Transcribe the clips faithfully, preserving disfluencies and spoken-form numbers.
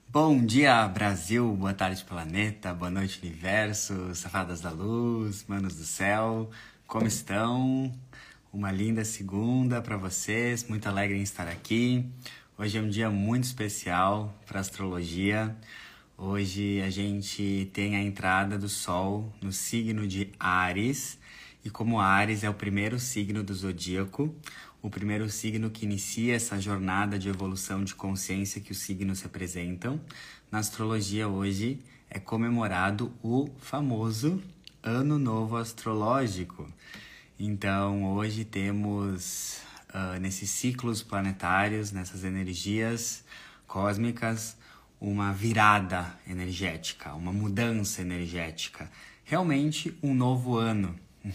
Bom dia, Brasil, boa tarde, planeta, boa noite, universo, safadas da luz, manos do céu, como estão? Uma linda segunda para vocês, muito alegre em estar aqui. Hoje é um dia muito especial para astrologia. Hoje a gente tem a entrada do Sol no signo de Áries, e como Áries é o primeiro signo do zodíaco, o primeiro signo que inicia essa jornada de evolução de consciência que os signos representam, na astrologia hoje é comemorado o famoso Ano Novo Astrológico. Então hoje temos, uh, nesses ciclos planetários, nessas energias cósmicas, uma virada energética, uma mudança energética. Realmente um novo ano.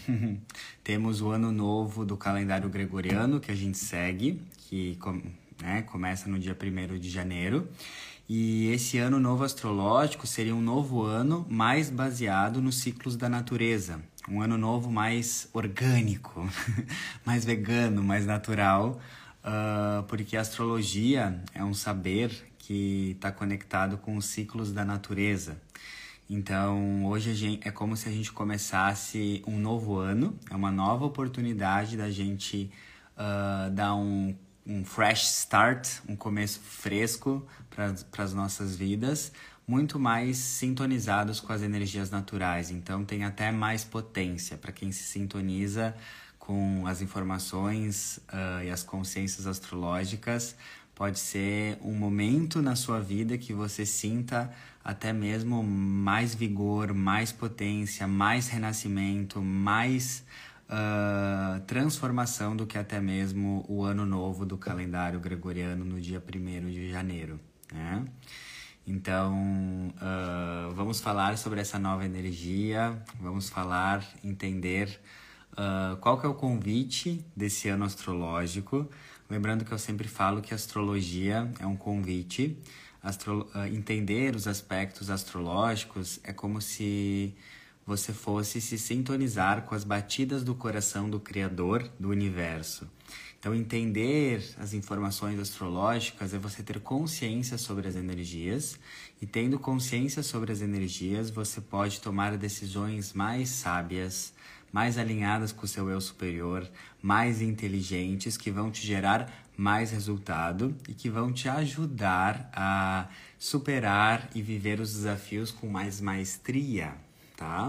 Temos o ano novo do calendário gregoriano que a gente segue, que né, começa no dia primeiro de janeiro. E esse ano novo astrológico seria um novo ano mais baseado nos ciclos da natureza. Um ano novo mais orgânico, mais vegano, mais natural, uh, porque a astrologia é um saber que está conectado com os ciclos da natureza. Então, hoje a gente, é como se a gente começasse um novo ano, é uma nova oportunidade da gente uh, dar um, um fresh start, um começo fresco para as nossas vidas, muito mais sintonizados com as energias naturais. Então, tem até mais potência para quem se sintoniza com as informações uh, e as consciências astrológicas. Pode ser um momento na sua vida que você sinta até mesmo mais vigor, mais potência, mais renascimento, mais uh, transformação do que até mesmo o ano novo do calendário gregoriano no dia primeiro de janeiro, né? Então, uh, vamos falar sobre essa nova energia, vamos falar, entender uh, qual que é o convite desse ano astrológico. Lembrando que eu sempre falo que a astrologia é um convite. Astro... Entender os aspectos astrológicos é como se você fosse se sintonizar com as batidas do coração do Criador do Universo. Então, entender as informações astrológicas é você ter consciência sobre as energias, e tendo consciência sobre as energias, você pode tomar decisões mais sábias, mais alinhadas com o seu eu superior, mais inteligentes, que vão te gerar mais resultado e que vão te ajudar a superar e viver os desafios com mais maestria, tá?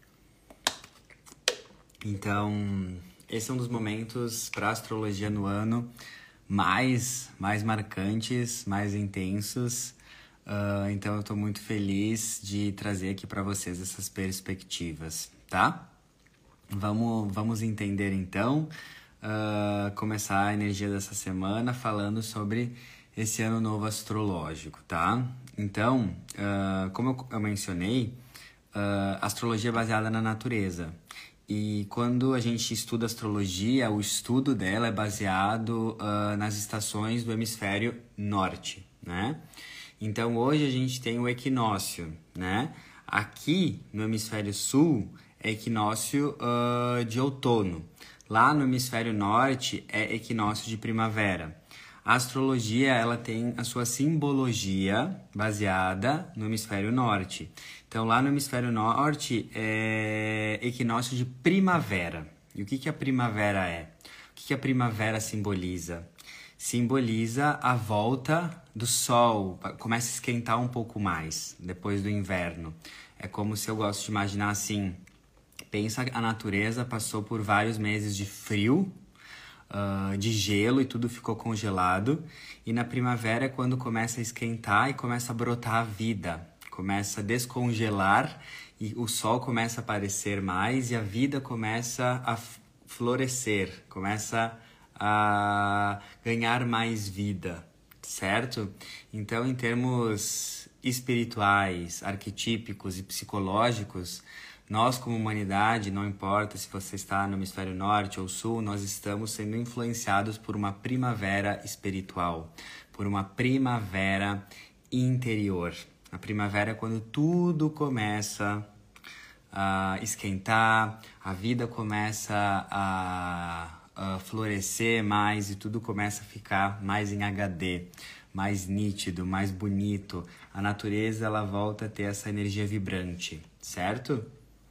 Então, esse é um dos momentos para a astrologia no ano mais, mais marcantes, mais intensos. Uh, então, eu estou muito feliz de trazer aqui para vocês essas perspectivas, tá? Vamos, vamos entender então, uh, começar a energia dessa semana falando sobre esse ano novo astrológico, tá? Então, uh, como eu, eu mencionei, uh, astrologia é baseada na natureza. E quando a gente estuda astrologia, o estudo dela é baseado uh, nas estações do hemisfério norte, né? Então, hoje a gente tem o equinócio, né? Aqui no hemisfério sul é equinócio uh, de outono. Lá no hemisfério norte é equinócio de primavera. A astrologia ela tem a sua simbologia baseada no hemisfério norte. Então, lá no hemisfério norte é equinócio de primavera. E o que, que a primavera é? O que, que a primavera simboliza? Simboliza a volta do sol. Começa a esquentar um pouco mais depois do inverno. É como se eu gosto de imaginar assim. Pensa que a natureza passou por vários meses de frio, uh, de gelo, e tudo ficou congelado. E na primavera é quando começa a esquentar e começa a brotar a vida. Começa a descongelar e o sol começa a aparecer mais e a vida começa a florescer, começa a ganhar mais vida, certo? Então, em termos espirituais, arquetípicos e psicológicos, nós, como humanidade, não importa se você está no hemisfério norte ou sul, nós estamos sendo influenciados por uma primavera espiritual, por uma primavera interior. A primavera é quando tudo começa a esquentar, a vida começa a, a florescer mais e tudo começa a ficar mais em H D, mais nítido, mais bonito. A natureza, ela volta a ter essa energia vibrante, certo?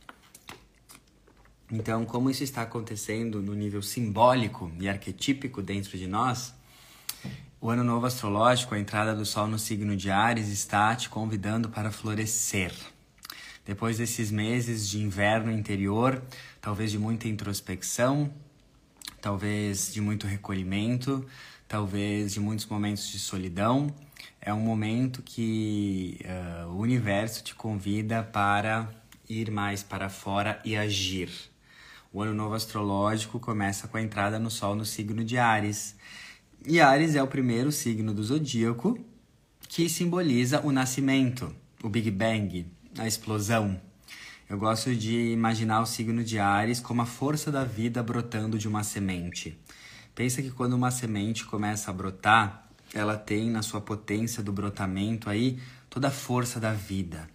Então, como isso está acontecendo no nível simbólico e arquetípico dentro de nós, o Ano Novo Astrológico, a entrada do Sol no signo de Áries, está te convidando para florescer. Depois desses meses de inverno interior, talvez de muita introspecção, talvez de muito recolhimento, talvez de muitos momentos de solidão, é um momento que uh, o universo te convida para ir mais para fora e agir. O Ano Novo Astrológico começa com a entrada no Sol no signo de Áries. E Áries é o primeiro signo do zodíaco que simboliza o nascimento, o Big Bang, a explosão. Eu gosto de imaginar o signo de Áries como a força da vida brotando de uma semente. Pensa que quando uma semente começa a brotar, ela tem na sua potência do brotamento aí toda a força da vida.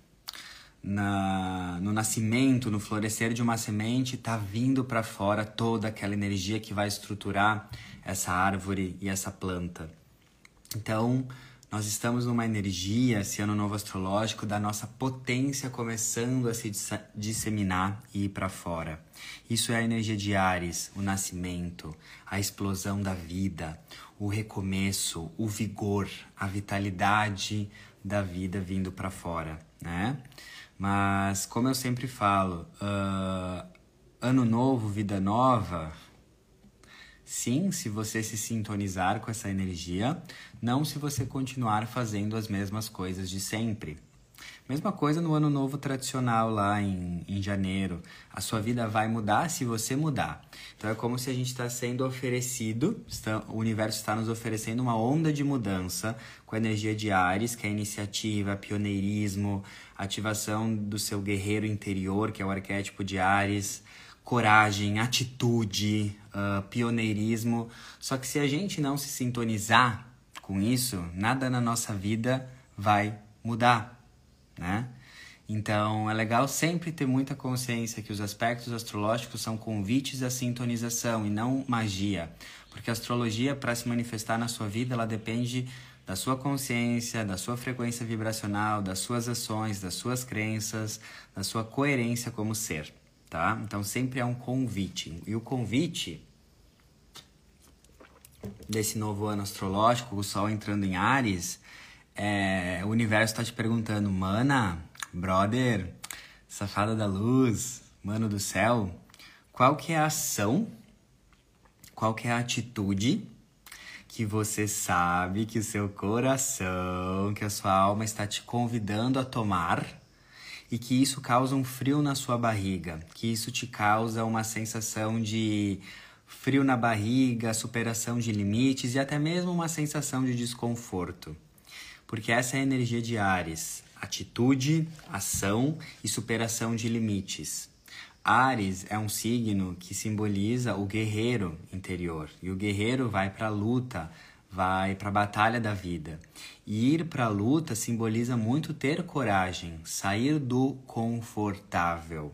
Na, no nascimento, no florescer de uma semente, está vindo para fora toda aquela energia que vai estruturar essa árvore e essa planta. Então, nós estamos numa energia, esse ano novo astrológico, da nossa potência começando a se disseminar e ir para fora. Isso é a energia de Áries, o nascimento, a explosão da vida, o recomeço, o vigor, a vitalidade da vida vindo para fora, né? Mas, como eu sempre falo, uh, ano novo, vida nova, sim, se você se sintonizar com essa energia, não se você continuar fazendo as mesmas coisas de sempre. Mesma coisa no ano novo tradicional lá em, em janeiro. A sua vida vai mudar se você mudar. Então é como se a gente está sendo oferecido, está, o universo está nos oferecendo uma onda de mudança com a energia de Áries, que é a iniciativa, pioneirismo, ativação do seu guerreiro interior, que é o arquétipo de Áries, coragem, atitude, uh, pioneirismo. Só que se a gente não se sintonizar com isso, nada na nossa vida vai mudar, né? Então é legal sempre ter muita consciência que os aspectos astrológicos são convites à sintonização e não magia, porque a astrologia, para se manifestar na sua vida, ela depende da sua consciência, da sua frequência vibracional, das suas ações, das suas crenças, da sua coerência como ser, tá? Então sempre é um convite. E o convite desse novo ano astrológico, o Sol entrando em Áries, é, o universo está te perguntando: mana, brother, safada da luz, mano do céu, qual que é a ação, qual que é a atitude que você sabe que o seu coração, que a sua alma está te convidando a tomar e que isso causa um frio na sua barriga, que isso te causa uma sensação de frio na barriga, superação de limites e até mesmo uma sensação de desconforto. Porque essa é a energia de Áries, atitude, ação e superação de limites. Áries é um signo que simboliza o guerreiro interior. E o guerreiro vai para a luta, vai para a batalha da vida. E ir para a luta simboliza muito ter coragem, sair do confortável.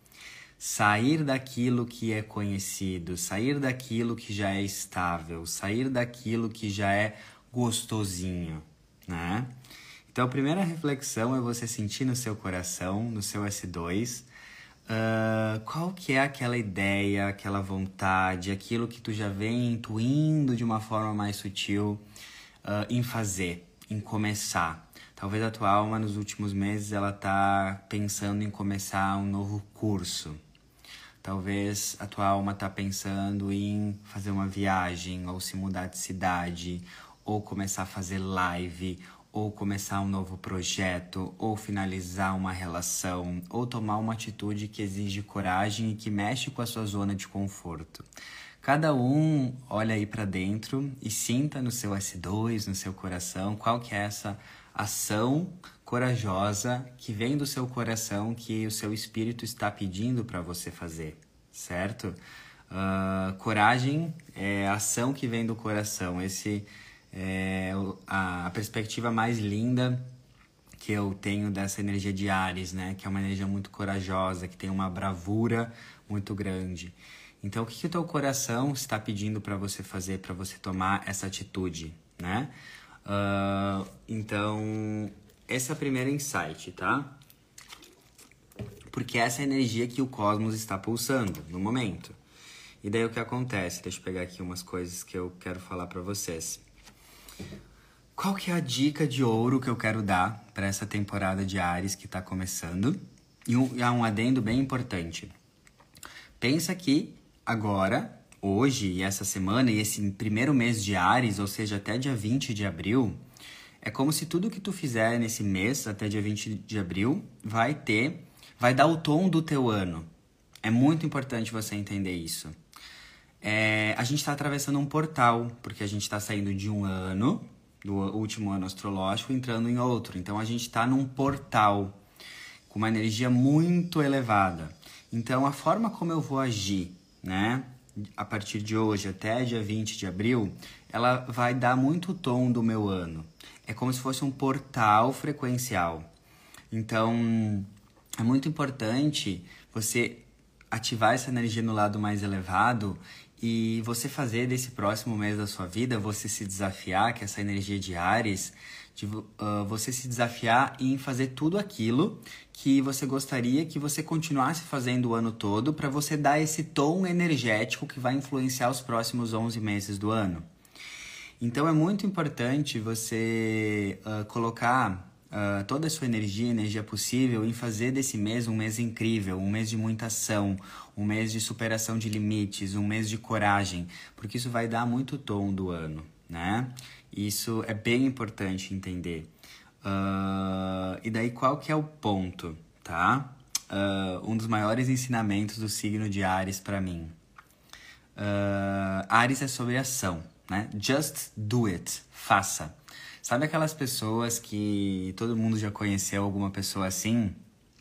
Sair daquilo que é conhecido, sair daquilo que já é estável, sair daquilo que já é gostosinho, né? Então a primeira reflexão é você sentir no seu coração, no seu S dois, uh, qual que é aquela ideia, aquela vontade, aquilo que tu já vem intuindo de uma forma mais sutil uh, em fazer, em começar. Talvez a tua alma nos últimos meses ela tá pensando em começar um novo curso. Talvez a tua alma tá pensando em fazer uma viagem, ou se mudar de cidade, ou começar a fazer live, ou começar um novo projeto, ou finalizar uma relação, ou tomar uma atitude que exige coragem e que mexe com a sua zona de conforto. Cada um olha aí para dentro e sinta no seu S dois, no seu coração, qual que é essa ação corajosa que vem do seu coração, que o seu espírito está pedindo para você fazer, certo? Uh, coragem é a ação que vem do coração. Esse é a, a perspectiva mais linda que eu tenho dessa energia de Áries, né? Que é uma energia muito corajosa, que tem uma bravura muito grande. Então, o que, que o teu coração está pedindo para você fazer, para você tomar essa atitude, né? Uh, então, esse é o primeiro insight, tá? Porque essa é a energia que o cosmos está pulsando no momento. E daí o que acontece? Deixa eu pegar aqui umas coisas que eu quero falar pra vocês. Qual que é a dica de ouro que eu quero dar para essa temporada de Áries que tá começando? E um, e há um adendo bem importante. Pensa que agora, hoje e essa semana, e esse primeiro mês de Áries, ou seja, até dia vinte de abril, é como se tudo que tu fizer nesse mês, até dia vinte de abril, vai ter, vai dar o tom do teu ano. É muito importante você entender isso. É, a gente está atravessando um portal, porque a gente está saindo de um ano, do último ano astrológico, entrando em outro. Então, a gente está num portal com uma energia muito elevada. Então, a forma como eu vou agir, né, a partir de hoje até dia vinte de abril, ela vai dar muito o tom do meu ano. É como se fosse um portal frequencial. Então, é muito importante você ativar essa energia no lado mais elevado e você fazer desse próximo mês da sua vida, você se desafiar, que essa energia de Áries, de, uh, você se desafiar em fazer tudo aquilo que você gostaria que você continuasse fazendo o ano todo, para você dar esse tom energético que vai influenciar os próximos onze meses do ano. Então é muito importante você uh, colocar uh, toda a sua energia, energia possível, em fazer desse mês um mês incrível, um mês de muita ação, um mês de superação de limites, um mês de coragem, porque isso vai dar muito tom do ano, né? Isso é bem importante entender. Uh, e daí qual que é o ponto, tá? Uh, um dos maiores ensinamentos do signo de Áries para mim. Uh, Áries é sobre ação, né? Just do it. Faça. Sabe aquelas pessoas que todo mundo já conheceu alguma pessoa assim?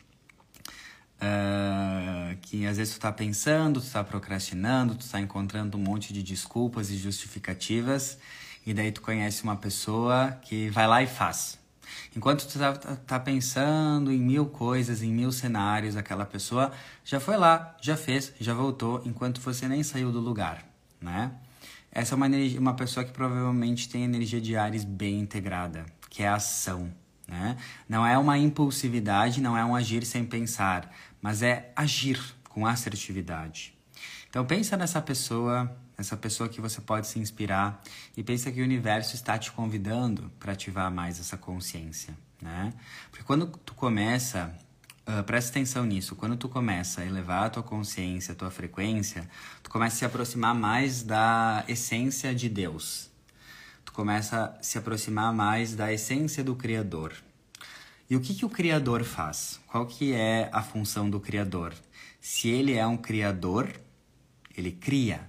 Uh, que às vezes tu tá pensando, tu tá procrastinando, tu tá encontrando um monte de desculpas e justificativas, e daí tu conhece uma pessoa que vai lá e faz. Enquanto tu tá, tá pensando em mil coisas, em mil cenários, aquela pessoa já foi lá, já fez, já voltou, enquanto você nem saiu do lugar, né? Essa é uma, energia, uma pessoa que provavelmente tem energia de Áries bem integrada, que é a ação, né? Não é uma impulsividade, não é um agir sem pensar, mas é agir com assertividade. Então pensa nessa pessoa, essa pessoa que você pode se inspirar, e pensa que o universo está te convidando para ativar mais essa consciência, né? Porque quando tu começa, uh, presta atenção nisso, quando tu começa a elevar a tua consciência, a tua frequência, tu começa a se aproximar mais da essência de Deus. Tu começa a se aproximar mais da essência do Criador. E o que, que o Criador faz? Qual que é a função do Criador? Se ele é um Criador, ele cria.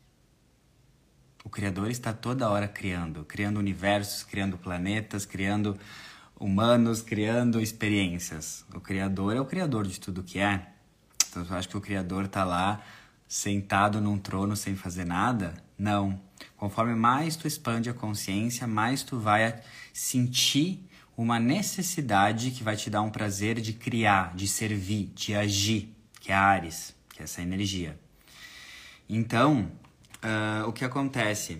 O Criador está toda hora criando, criando universos, criando planetas, criando humanos, criando experiências. O Criador é o Criador de tudo que é. Então, eu acho que o Criador está lá, sentado num trono sem fazer nada? Não. Conforme mais tu expande a consciência, mais tu vai sentir uma necessidade que vai te dar um prazer de criar, de servir, de agir, que é a Áries, que é essa energia. Então, uh, o que acontece?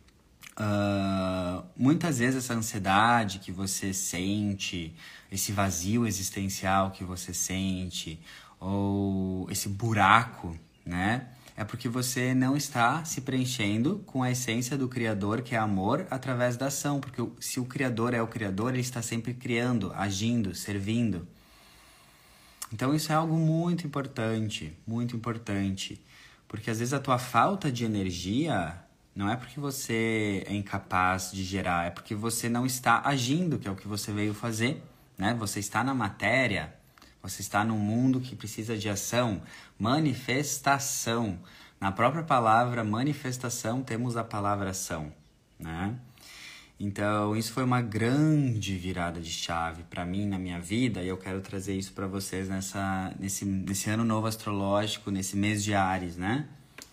Uh, muitas vezes essa ansiedade que você sente, esse vazio existencial que você sente, ou esse buraco, né? É porque você não está se preenchendo com a essência do Criador, que é amor, através da ação. Porque se o Criador é o Criador, ele está sempre criando, agindo, servindo. Então isso é algo muito importante, muito importante. Porque às vezes a tua falta de energia não é porque você é incapaz de gerar, é porque você não está agindo, que é o que você veio fazer, né? Você está na matéria, você está num mundo que precisa de ação, manifestação. Na própria palavra manifestação temos a palavra ação, né? Então isso foi uma grande virada de chave para mim na minha vida, e eu quero trazer isso para vocês nessa, nesse, nesse ano novo astrológico, nesse mês de Áries, né?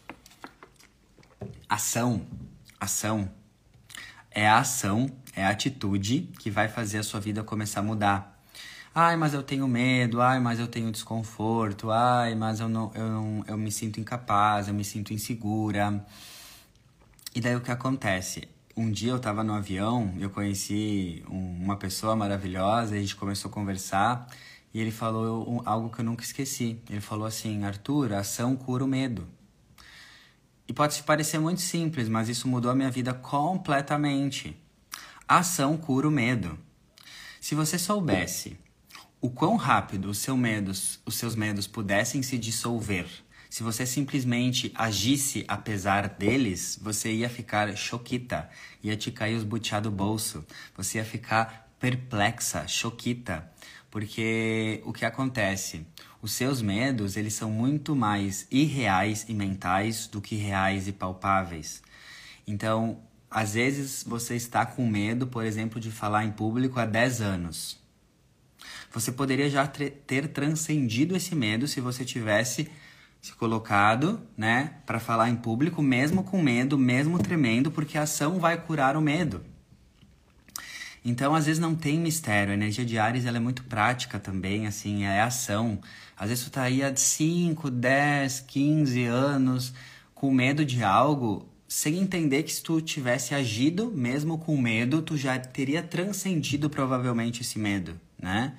Ação, ação. É a ação, é a atitude que vai fazer a sua vida começar a mudar. Ai, mas eu tenho medo, ai, mas eu tenho desconforto, ai, mas eu, não, eu, não, eu me sinto incapaz, eu me sinto insegura. E daí o que acontece? um dia eu tava no avião, eu conheci um- uma pessoa maravilhosa, a gente começou a conversar e ele falou um- algo que eu nunca esqueci. Ele falou assim: Arthur, a ação cura o medo. E pode se parecer muito simples, mas isso mudou a minha vida completamente. A ação cura o medo. Se você soubesse o quão rápido os, seu medos, os seus medos pudessem se dissolver, se você simplesmente agisse apesar deles, você ia ficar choquita, ia te cair os butiá do bolso, você ia ficar perplexa, choquita, porque o que acontece? Os seus medos, eles são muito mais irreais e mentais do que reais e palpáveis. Então, às vezes você está com medo, por exemplo, de falar em público há dez anos. Você poderia já ter transcendido esse medo se você tivesse se colocado, né, para falar em público, mesmo com medo, mesmo tremendo, porque a ação vai curar o medo. Então, às vezes não tem mistério. A energia de Áries, ela é muito prática também, assim, é ação. Às vezes tu tá aí há cinco, dez, quinze anos com medo de algo, sem entender que se tu tivesse agido, mesmo com medo, tu já teria transcendido provavelmente esse medo, né?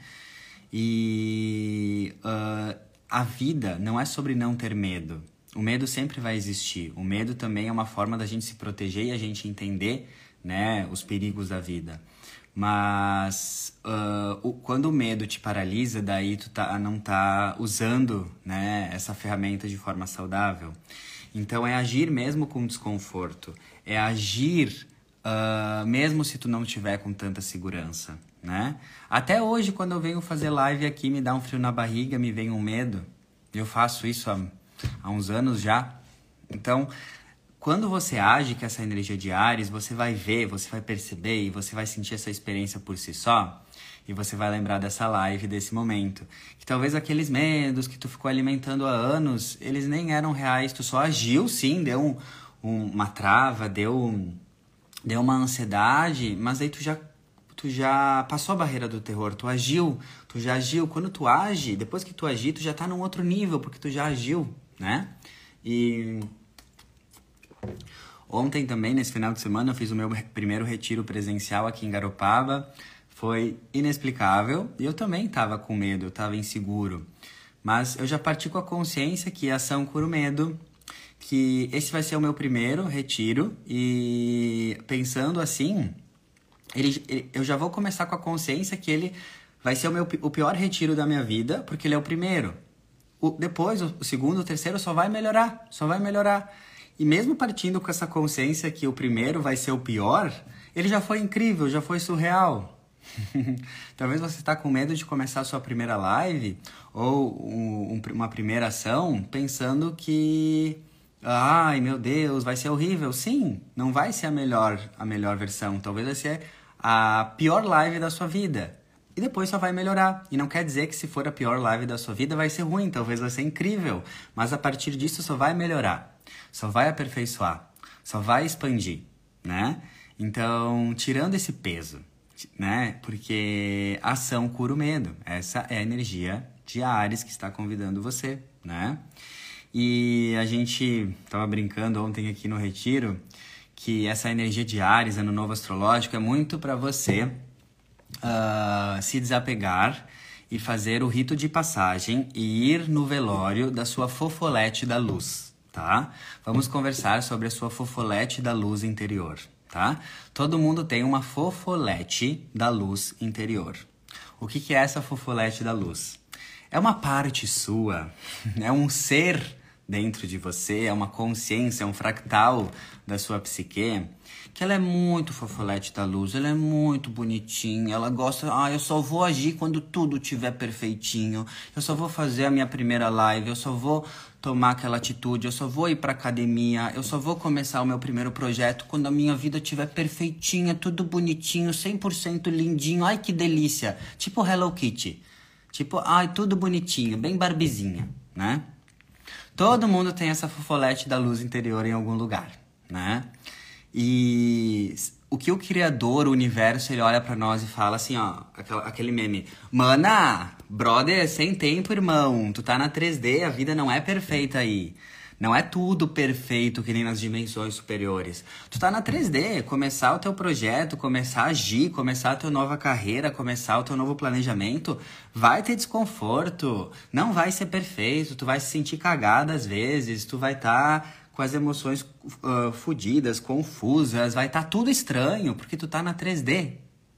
E uh, a vida não é sobre não ter medo. O medo sempre vai existir. O medo também é uma forma da gente se proteger e a gente entender, né, os perigos da vida. Mas uh, o, quando o medo te paralisa, daí tu tá, não tá usando, né, essa ferramenta de forma saudável. Então é agir mesmo com desconforto. É agir uh, mesmo se tu não tiver com tanta segurança, né? Até hoje, quando eu venho fazer live aqui, me dá um frio na barriga, me vem um medo. Eu faço isso há, há uns anos já. Então, quando você age com essa energia de Áries, você vai ver, você vai perceber e você vai sentir essa experiência por si só. E você vai lembrar dessa live, desse momento. Que talvez aqueles medos que tu ficou alimentando há anos, eles nem eram reais. Tu só agiu, sim, deu um, um, uma trava, deu, um, deu uma ansiedade, mas aí tu já, tu já passou a barreira do terror. Tu agiu, tu já agiu. Quando tu age, depois que tu agir, tu já tá num outro nível, porque tu já agiu, né? E ontem também, nesse final de semana, eu fiz o meu primeiro retiro presencial aqui em Garopaba. Foi inexplicável e eu também estava com medo, eu estava inseguro. Mas eu já parti com a consciência que a ação cura o medo, que esse vai ser o meu primeiro retiro e pensando assim, ele, ele, eu já vou começar com a consciência que ele vai ser o, meu, o pior retiro da minha vida, porque ele é o primeiro. O, depois, o, o segundo, o terceiro só vai melhorar, só vai melhorar. E mesmo partindo com essa consciência que o primeiro vai ser o pior, ele já foi incrível, já foi surreal. Talvez você está com medo de começar a sua primeira live ou um, um, uma primeira ação pensando que, ai meu Deus, vai ser horrível. Sim, não vai ser a melhor, a melhor versão. Talvez vai ser a pior live da sua vida. E depois só vai melhorar. E não quer dizer que se for a pior live da sua vida vai ser ruim, talvez vai ser incrível. Mas a partir disso só vai melhorar, só vai aperfeiçoar, só vai expandir, né? Então, tirando esse peso, né? Porque a ação cura o medo. Essa é a energia de Áries que está convidando você, né? E a gente tava brincando ontem aqui no retiro que essa energia de Áries, ano novo astrológico, é muito para você uh, se desapegar e fazer o rito de passagem e ir no velório da sua fofolete da luz, tá? Vamos conversar sobre a sua fofolete da luz interior. Tá? Todo mundo tem uma fofolete da luz interior. O que, que é essa fofolete da luz? É uma parte sua, é um ser dentro de você, é uma consciência, é um fractal da sua psique, que ela é muito fofolete da luz, ela é muito bonitinha, ela gosta, ah, eu só vou agir quando tudo estiver perfeitinho, eu só vou fazer a minha primeira live, eu só vou tomar aquela atitude, eu só vou ir pra academia, eu só vou começar o meu primeiro projeto quando a minha vida estiver perfeitinha, tudo bonitinho, cem por cento lindinho, ai que delícia, tipo Hello Kitty, tipo, ai tudo bonitinho, bem barbizinha, né? Todo mundo tem essa fofolete da luz interior em algum lugar, né? E o que o Criador, o Universo, ele olha pra nós e fala assim, ó, aquele meme. Mana, brother, sem tempo, irmão. Tu tá na três D, a vida não é perfeita aí. Não é tudo perfeito que nem nas dimensões superiores. Tu tá na três D, começar o teu projeto, começar a agir, começar a tua nova carreira, começar o teu novo planejamento, vai ter desconforto, não vai ser perfeito, tu vai se sentir cagada às vezes, tu vai estar tá com as emoções uh, fodidas, confusas, vai estar tá tudo estranho, porque tu tá na três D.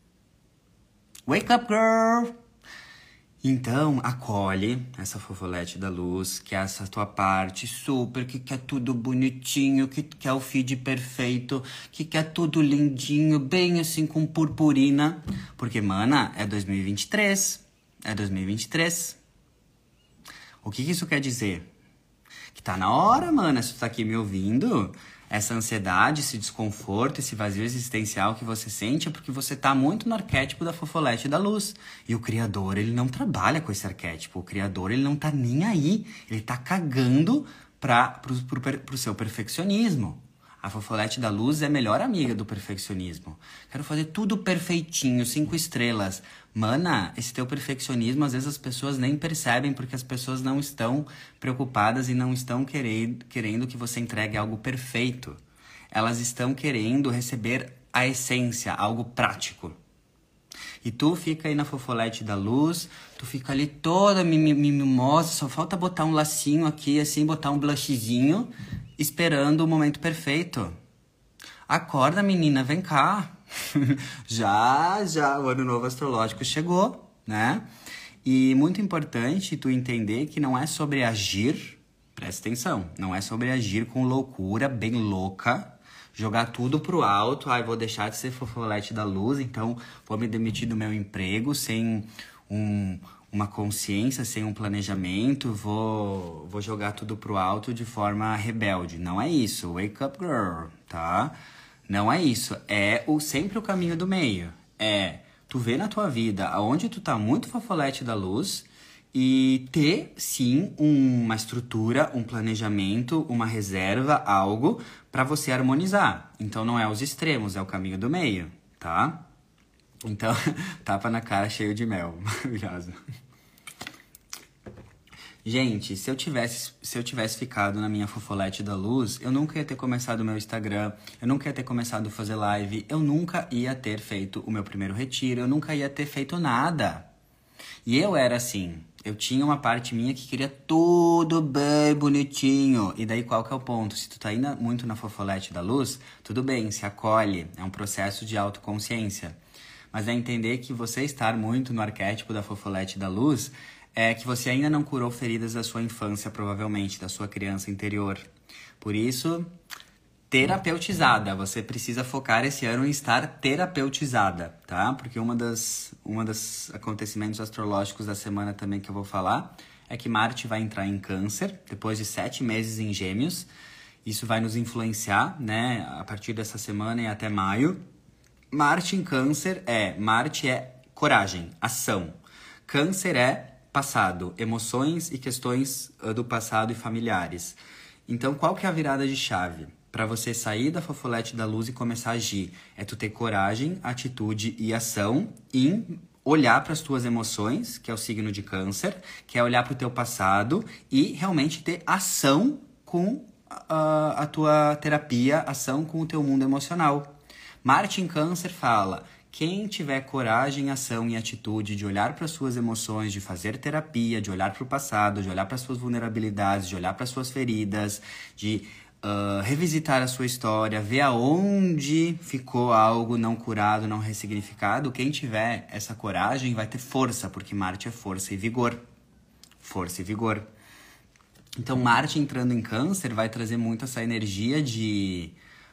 Wake up, girl! Então, acolhe essa fofolete da luz, que é essa tua parte super, que quer tudo bonitinho, que quer o feed perfeito, que quer tudo lindinho, bem assim com purpurina. Porque, mana, é dois mil e vinte e três. É dois mil e vinte e três. O que, que isso quer dizer? Que tá na hora, mana, se tu tá aqui me ouvindo, essa ansiedade, esse desconforto, esse vazio existencial que você sente é porque você tá muito no arquétipo da fofolete da luz. E o Criador, ele não trabalha com esse arquétipo. O Criador, ele não tá nem aí. Ele tá cagando pra, pro, pro, pro seu perfeccionismo. A fofolete da luz é a melhor amiga do perfeccionismo. Quero fazer tudo perfeitinho, cinco estrelas. Mana, esse teu perfeccionismo, às vezes as pessoas nem percebem porque as pessoas não estão preocupadas e não estão querendo, querendo que você entregue algo perfeito. Elas estão querendo receber a essência, algo prático. E tu fica aí na fofolete da luz, tu fica ali toda mimosa, só falta botar um lacinho aqui, assim, botar um blushzinho, esperando o momento perfeito. Acorda, menina, vem cá. já, já, o ano novo astrológico chegou, né? E muito importante tu entender que não é sobre agir, presta atenção, não é sobre agir com loucura, bem louca, jogar tudo pro alto, ai, vou deixar de ser fofolete da luz, então vou me demitir do meu emprego sem um, uma consciência, sem um planejamento, vou, vou jogar tudo pro alto de forma rebelde. Não é isso, wake up girl, tá? Não é isso, é o, sempre o caminho do meio. É tu ver na tua vida aonde tu tá muito fofolete da luz e ter, sim, uma estrutura, um planejamento, uma reserva, algo para você harmonizar. Então não é os extremos, é o caminho do meio, tá? Então, tapa na cara cheio de mel. Maravilhoso. Gente, se eu tivesse, se eu tivesse ficado na minha fofolete da luz, eu nunca ia ter começado o meu Instagram, eu nunca ia ter começado a fazer live, eu nunca ia ter feito o meu primeiro retiro, eu nunca ia ter feito nada. E eu era assim, eu tinha uma parte minha que queria tudo bem bonitinho. E daí qual que é o ponto? Se tu tá indo muito na fofolete da luz, tudo bem, se acolhe, é um processo de autoconsciência. Mas é entender que você estar muito no arquétipo da fofolete da luz é que você ainda não curou feridas da sua infância, provavelmente, da sua criança interior. Por isso, terapeutizada. Você precisa focar esse ano em estar terapeutizada, tá? Porque uma das, uma dos acontecimentos astrológicos da semana também que eu vou falar é que Marte vai entrar em Câncer, depois de sete meses em Gêmeos. Isso vai nos influenciar, né? A partir dessa semana e até maio. Marte em Câncer é... Marte é coragem, ação. Câncer é passado, emoções e questões do passado e familiares. Então, qual que é a virada de chave? Para você sair da fofolete da luz e começar a agir, é tu ter coragem, atitude e ação em olhar para as tuas emoções, que é o signo de Câncer, que é olhar para o teu passado e realmente ter ação com a, a tua terapia, ação com o teu mundo emocional. Marte em Câncer fala... Quem tiver coragem, ação e atitude de olhar para as suas emoções, de fazer terapia, de olhar para o passado, de olhar para as suas vulnerabilidades, de olhar para as suas feridas, de uh, revisitar a sua história, ver aonde ficou algo não curado, não ressignificado, quem tiver essa coragem vai ter força, porque Marte é força e vigor. Força e vigor. Então, Marte entrando em Câncer vai trazer muito essa energia de...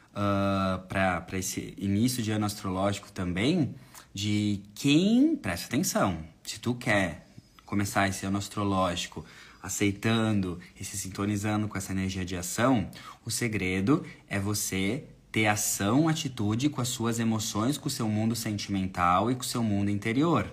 Uh, para esse início de ano astrológico também, de quem, presta atenção, se tu quer começar esse ano astrológico aceitando e se sintonizando com essa energia de ação, o segredo é você ter ação, atitude com as suas emoções, com o seu mundo sentimental e com o seu mundo interior.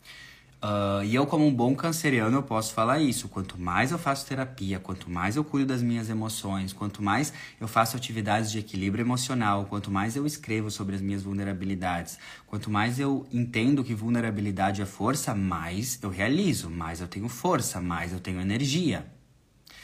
Uh, e eu, como um bom canceriano, eu posso falar isso. Quanto mais eu faço terapia, quanto mais eu cuido das minhas emoções, quanto mais eu faço atividades de equilíbrio emocional, quanto mais eu escrevo sobre as minhas vulnerabilidades, quanto mais eu entendo que vulnerabilidade é força, mais eu realizo, mais eu tenho força, mais eu tenho energia.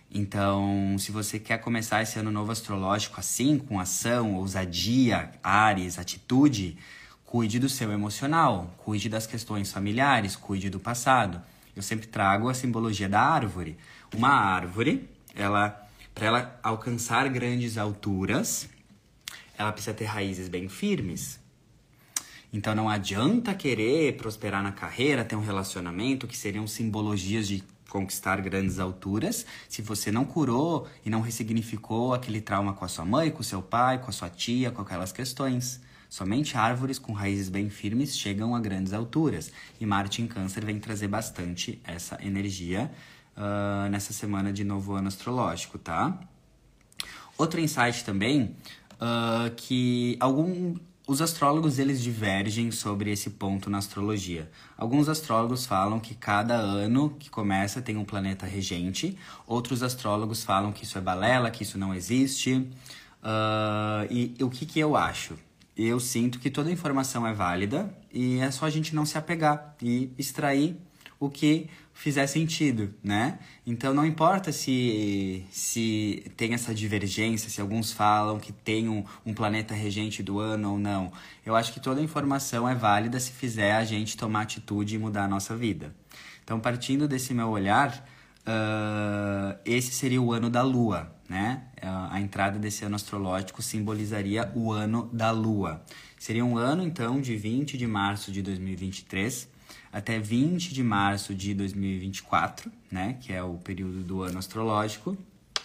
Então, se você quer começar esse ano novo astrológico assim, com ação, ousadia, Áries, atitude, cuide do seu emocional, cuide das questões familiares, cuide do passado. Eu sempre trago a simbologia da árvore. Uma árvore, ela, para ela alcançar grandes alturas, ela precisa ter raízes bem firmes. Então não adianta querer prosperar na carreira, ter um relacionamento, que seriam simbologias de conquistar grandes alturas, se você não curou e não ressignificou aquele trauma com a sua mãe, com o seu pai, com a sua tia, com aquelas questões. Somente árvores com raízes bem firmes chegam a grandes alturas. E Marte em Câncer vem trazer bastante essa energia uh, nessa semana de novo ano astrológico, tá? Outro insight também, uh, que algum... Os astrólogos, eles divergem sobre esse ponto na astrologia. Alguns astrólogos falam que cada ano que começa tem um planeta regente. Outros astrólogos falam que isso é balela, que isso não existe. Uh, e, e o que, que eu acho? Eu sinto que toda informação é válida e é só a gente não se apegar e extrair o que fizer sentido, né? Então não importa se, se tem essa divergência, se alguns falam que tem um, um planeta regente do ano ou não. Eu acho que toda informação é válida se fizer a gente tomar atitude e mudar a nossa vida. Então, partindo desse meu olhar, uh, esse seria o ano da Lua, né? Uh, a entrada desse ano astrológico simbolizaria o ano da Lua. Seria um ano, então, de vinte de março de dois mil e vinte e três até vinte de março de dois mil e vinte e quatro, né, que é o período do ano astrológico,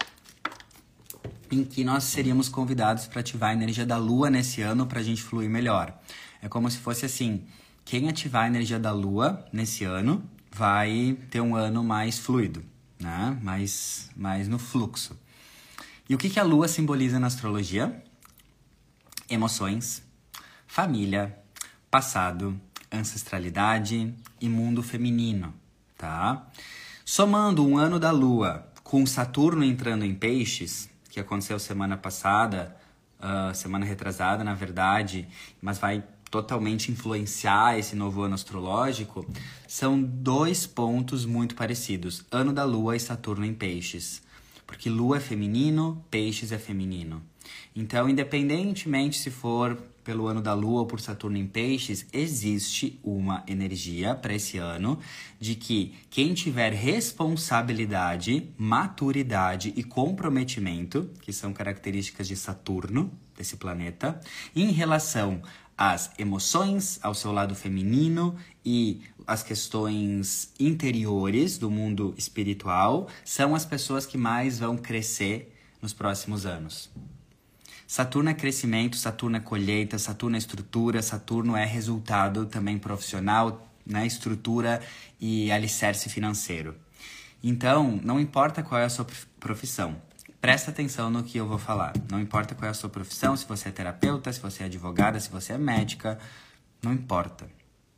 em que nós seríamos convidados para ativar a energia da Lua nesse ano para a gente fluir melhor. É como se fosse assim, quem ativar a energia da Lua nesse ano vai ter um ano mais fluido, né, mais, mais no fluxo. E o que, que a Lua simboliza na astrologia? Emoções, família, passado, ancestralidade e mundo feminino, tá? Somando um ano da Lua com Saturno entrando em Peixes, que aconteceu semana passada, uh, semana retrasada, na verdade, mas vai totalmente influenciar esse novo ano astrológico, são dois pontos muito parecidos, ano da Lua e Saturno em Peixes. Porque Lua é feminino, Peixes é feminino. Então, independentemente se for pelo ano da Lua ou por Saturno em Peixes, existe uma energia para esse ano de que quem tiver responsabilidade, maturidade e comprometimento, que são características de Saturno, desse planeta, em relação às emoções, ao seu lado feminino e as questões interiores do mundo espiritual, são as pessoas que mais vão crescer nos próximos anos. Saturno é crescimento, Saturno é colheita, Saturno é estrutura, Saturno é resultado também profissional, né? Estrutura e alicerce financeiro. Então, não importa qual é a sua profissão, presta atenção no que eu vou falar. Não importa qual é a sua profissão, se você é terapeuta, se você é advogada, se você é médica, não importa.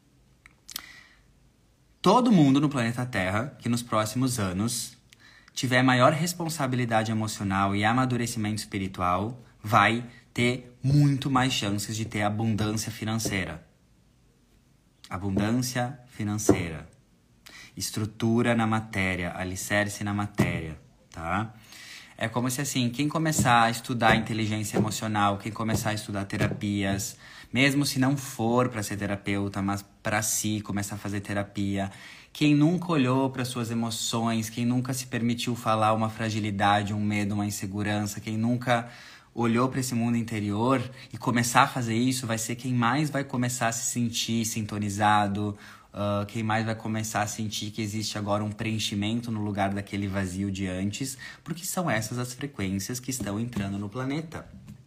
Todo mundo no planeta Terra que nos próximos anos tiver maior responsabilidade emocional e amadurecimento espiritual vai ter muito mais chances de ter abundância financeira. Abundância financeira. Estrutura na matéria, alicerce na matéria, tá? É como se, assim, quem começar a estudar inteligência emocional, quem começar a estudar terapias, mesmo se não for para ser terapeuta, mas para si, começar a fazer terapia, quem nunca olhou para suas emoções, quem nunca se permitiu falar uma fragilidade, um medo, uma insegurança, quem nunca olhou para esse mundo interior e começar a fazer isso, vai ser quem mais vai começar a se sentir sintonizado, uh, quem mais vai começar a sentir que existe agora um preenchimento no lugar daquele vazio de antes, porque são essas as frequências que estão entrando no planeta.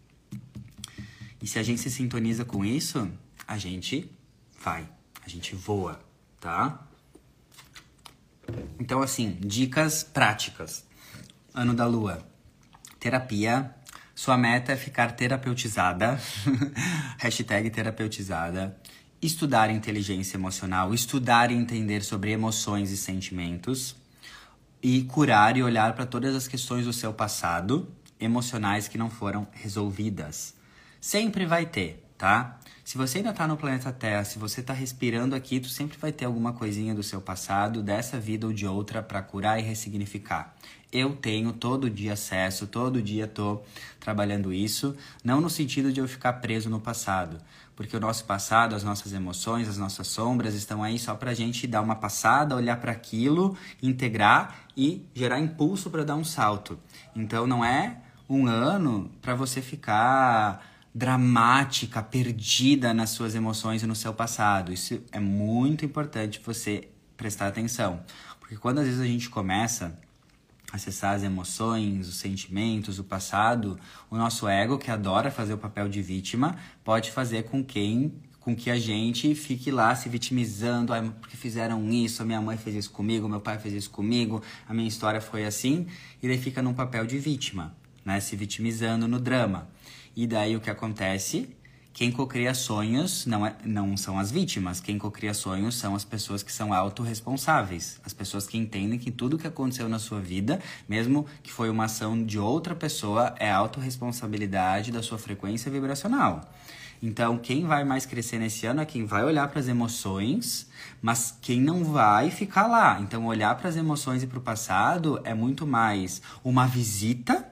E se a gente se sintoniza com isso, a gente vai, a gente voa, tá? Então, assim, dicas práticas. Ano da Lua. Terapia. Sua meta é ficar terapeutizada. Hashtag terapeutizada. Estudar inteligência emocional. Estudar e entender sobre emoções e sentimentos. E curar e olhar para todas as questões do seu passado emocionais que não foram resolvidas. Sempre vai ter. tá? Se você ainda tá no planeta Terra, se você tá respirando aqui, tu sempre vai ter alguma coisinha do seu passado, dessa vida ou de outra, para curar e ressignificar. Eu tenho todo dia acesso, todo dia tô trabalhando isso, não no sentido de eu ficar preso no passado, porque o nosso passado, as nossas emoções, as nossas sombras estão aí só pra gente dar uma passada, olhar para aquilo, integrar e gerar impulso para dar um salto. Então não é um ano para você ficar dramática, perdida nas suas emoções e no seu passado. Isso é muito importante você prestar atenção. Porque quando às vezes a gente começa a acessar as emoções, os sentimentos, o passado, o nosso ego, que adora fazer o papel de vítima, pode fazer com quem... com que a gente fique lá se vitimizando, ah, porque fizeram isso, a minha mãe fez isso comigo, meu pai fez isso comigo, a minha história foi assim, e daí fica num papel de vítima, né? Se vitimizando no drama. E daí o que acontece? Quem cocria sonhos não, é, não são as vítimas. Quem cocria sonhos são as pessoas que são autorresponsáveis. As pessoas que entendem que tudo que aconteceu na sua vida, mesmo que foi uma ação de outra pessoa, é autorresponsabilidade da sua frequência vibracional. Então, quem vai mais crescer nesse ano é quem vai olhar para as emoções, mas quem não vai ficar lá. Então, olhar para as emoções e para o passado é muito mais uma visita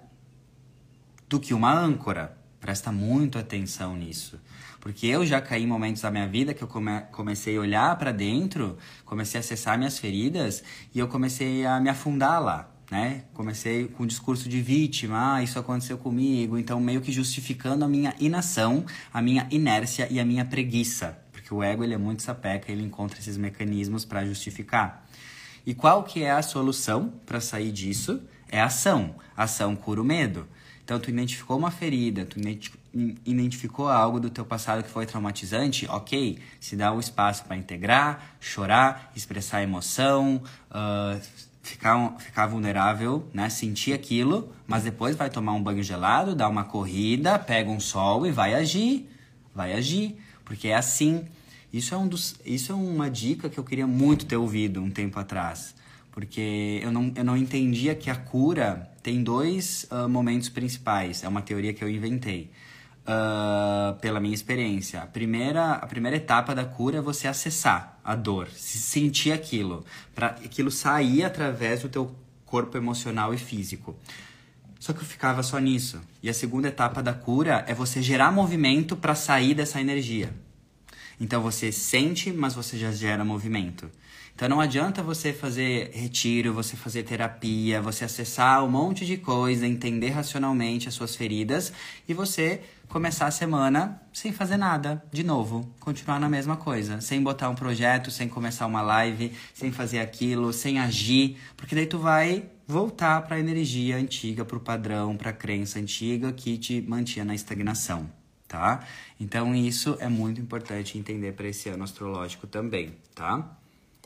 do que uma âncora. Presta muito atenção nisso. Porque eu já caí em momentos da minha vida que eu come- comecei a olhar para dentro, comecei a acessar minhas feridas e eu comecei a me afundar lá, né? Comecei com o discurso de vítima, ah, isso aconteceu comigo, então meio que justificando a minha inação, a minha inércia e a minha preguiça. Porque o ego, ele é muito sapeca, ele encontra esses mecanismos para justificar. E qual que é a solução para sair disso? É a ação. A ação cura o medo. Então, tu identificou uma ferida, tu identificou algo do teu passado que foi traumatizante, ok, se dá o espaço para integrar, chorar, expressar emoção, uh, ficar, ficar vulnerável, né? Sentir aquilo, mas depois vai tomar um banho gelado, dá uma corrida, pega um sol e vai agir, vai agir, porque é assim. Isso é, um dos, isso é uma dica que eu queria muito ter ouvido um tempo atrás. Porque eu não, eu não entendia que a cura tem dois uh, momentos principais. É uma teoria que eu inventei uh, pela minha experiência. A primeira, a primeira etapa da cura é você acessar a dor, se sentir aquilo, para aquilo sair através do teu corpo emocional e físico. Só que eu ficava só nisso. E a segunda etapa da cura é você gerar movimento para sair dessa energia. Então você sente, mas você já gera movimento. Então não adianta você fazer retiro, você fazer terapia, você acessar um monte de coisa, entender racionalmente as suas feridas e você começar a semana sem fazer nada, de novo, continuar na mesma coisa, sem botar um projeto, sem começar uma live, sem fazer aquilo, sem agir, porque daí tu vai voltar para a energia antiga, para o padrão, para a crença antiga que te mantinha na estagnação, tá? Então isso é muito importante entender para esse ano astrológico também, tá?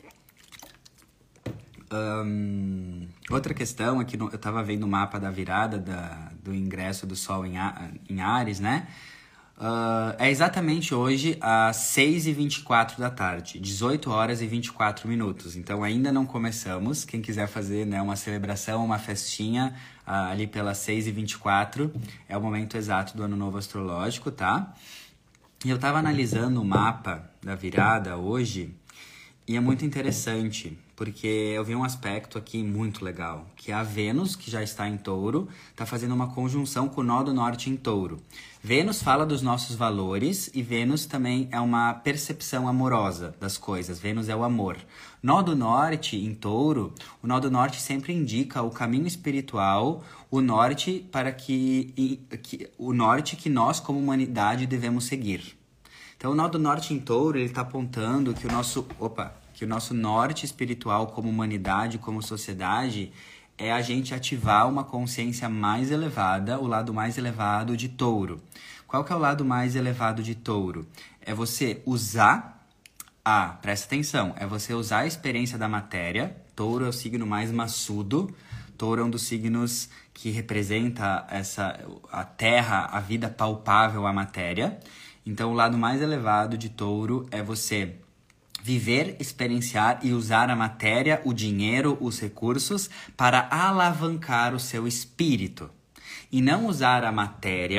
Um, outra questão é que no, eu estava vendo o mapa da virada da, do ingresso do Sol em, a, em Áries, né? Uh, é exatamente hoje às seis e vinte e quatro da tarde, dezoito horas e vinte e quatro minutos. Então ainda não começamos. Quem quiser fazer, né, uma celebração, uma festinha uh, ali pelas seis e vinte e quatro, é o momento exato do Ano Novo Astrológico, tá? E eu estava analisando o mapa da virada hoje e é muito interessante, porque eu vi um aspecto aqui muito legal, que é a Vênus, que já está em Touro, está fazendo uma conjunção com o nó do norte em Touro. Vênus fala dos nossos valores e Vênus também é uma percepção amorosa das coisas. Vênus é o amor. Nó do norte em Touro, o nó do norte sempre indica o caminho espiritual, o norte para que, que o norte que nós como humanidade devemos seguir. Então o nó do norte em Touro, ele está apontando que o nosso, opa, que o nosso norte espiritual como humanidade, como sociedade, é a gente ativar uma consciência mais elevada, o lado mais elevado de Touro. Qual que é o lado mais elevado de Touro? É você usar a, presta atenção, é você usar a experiência da matéria. Touro é o signo mais maçudo. Touro é um dos signos que representa essa, a terra, a vida palpável, a matéria. Então, o lado mais elevado de Touro é você viver, experienciar e usar a matéria, o dinheiro, os recursos para alavancar o seu espírito. E não usar a matéria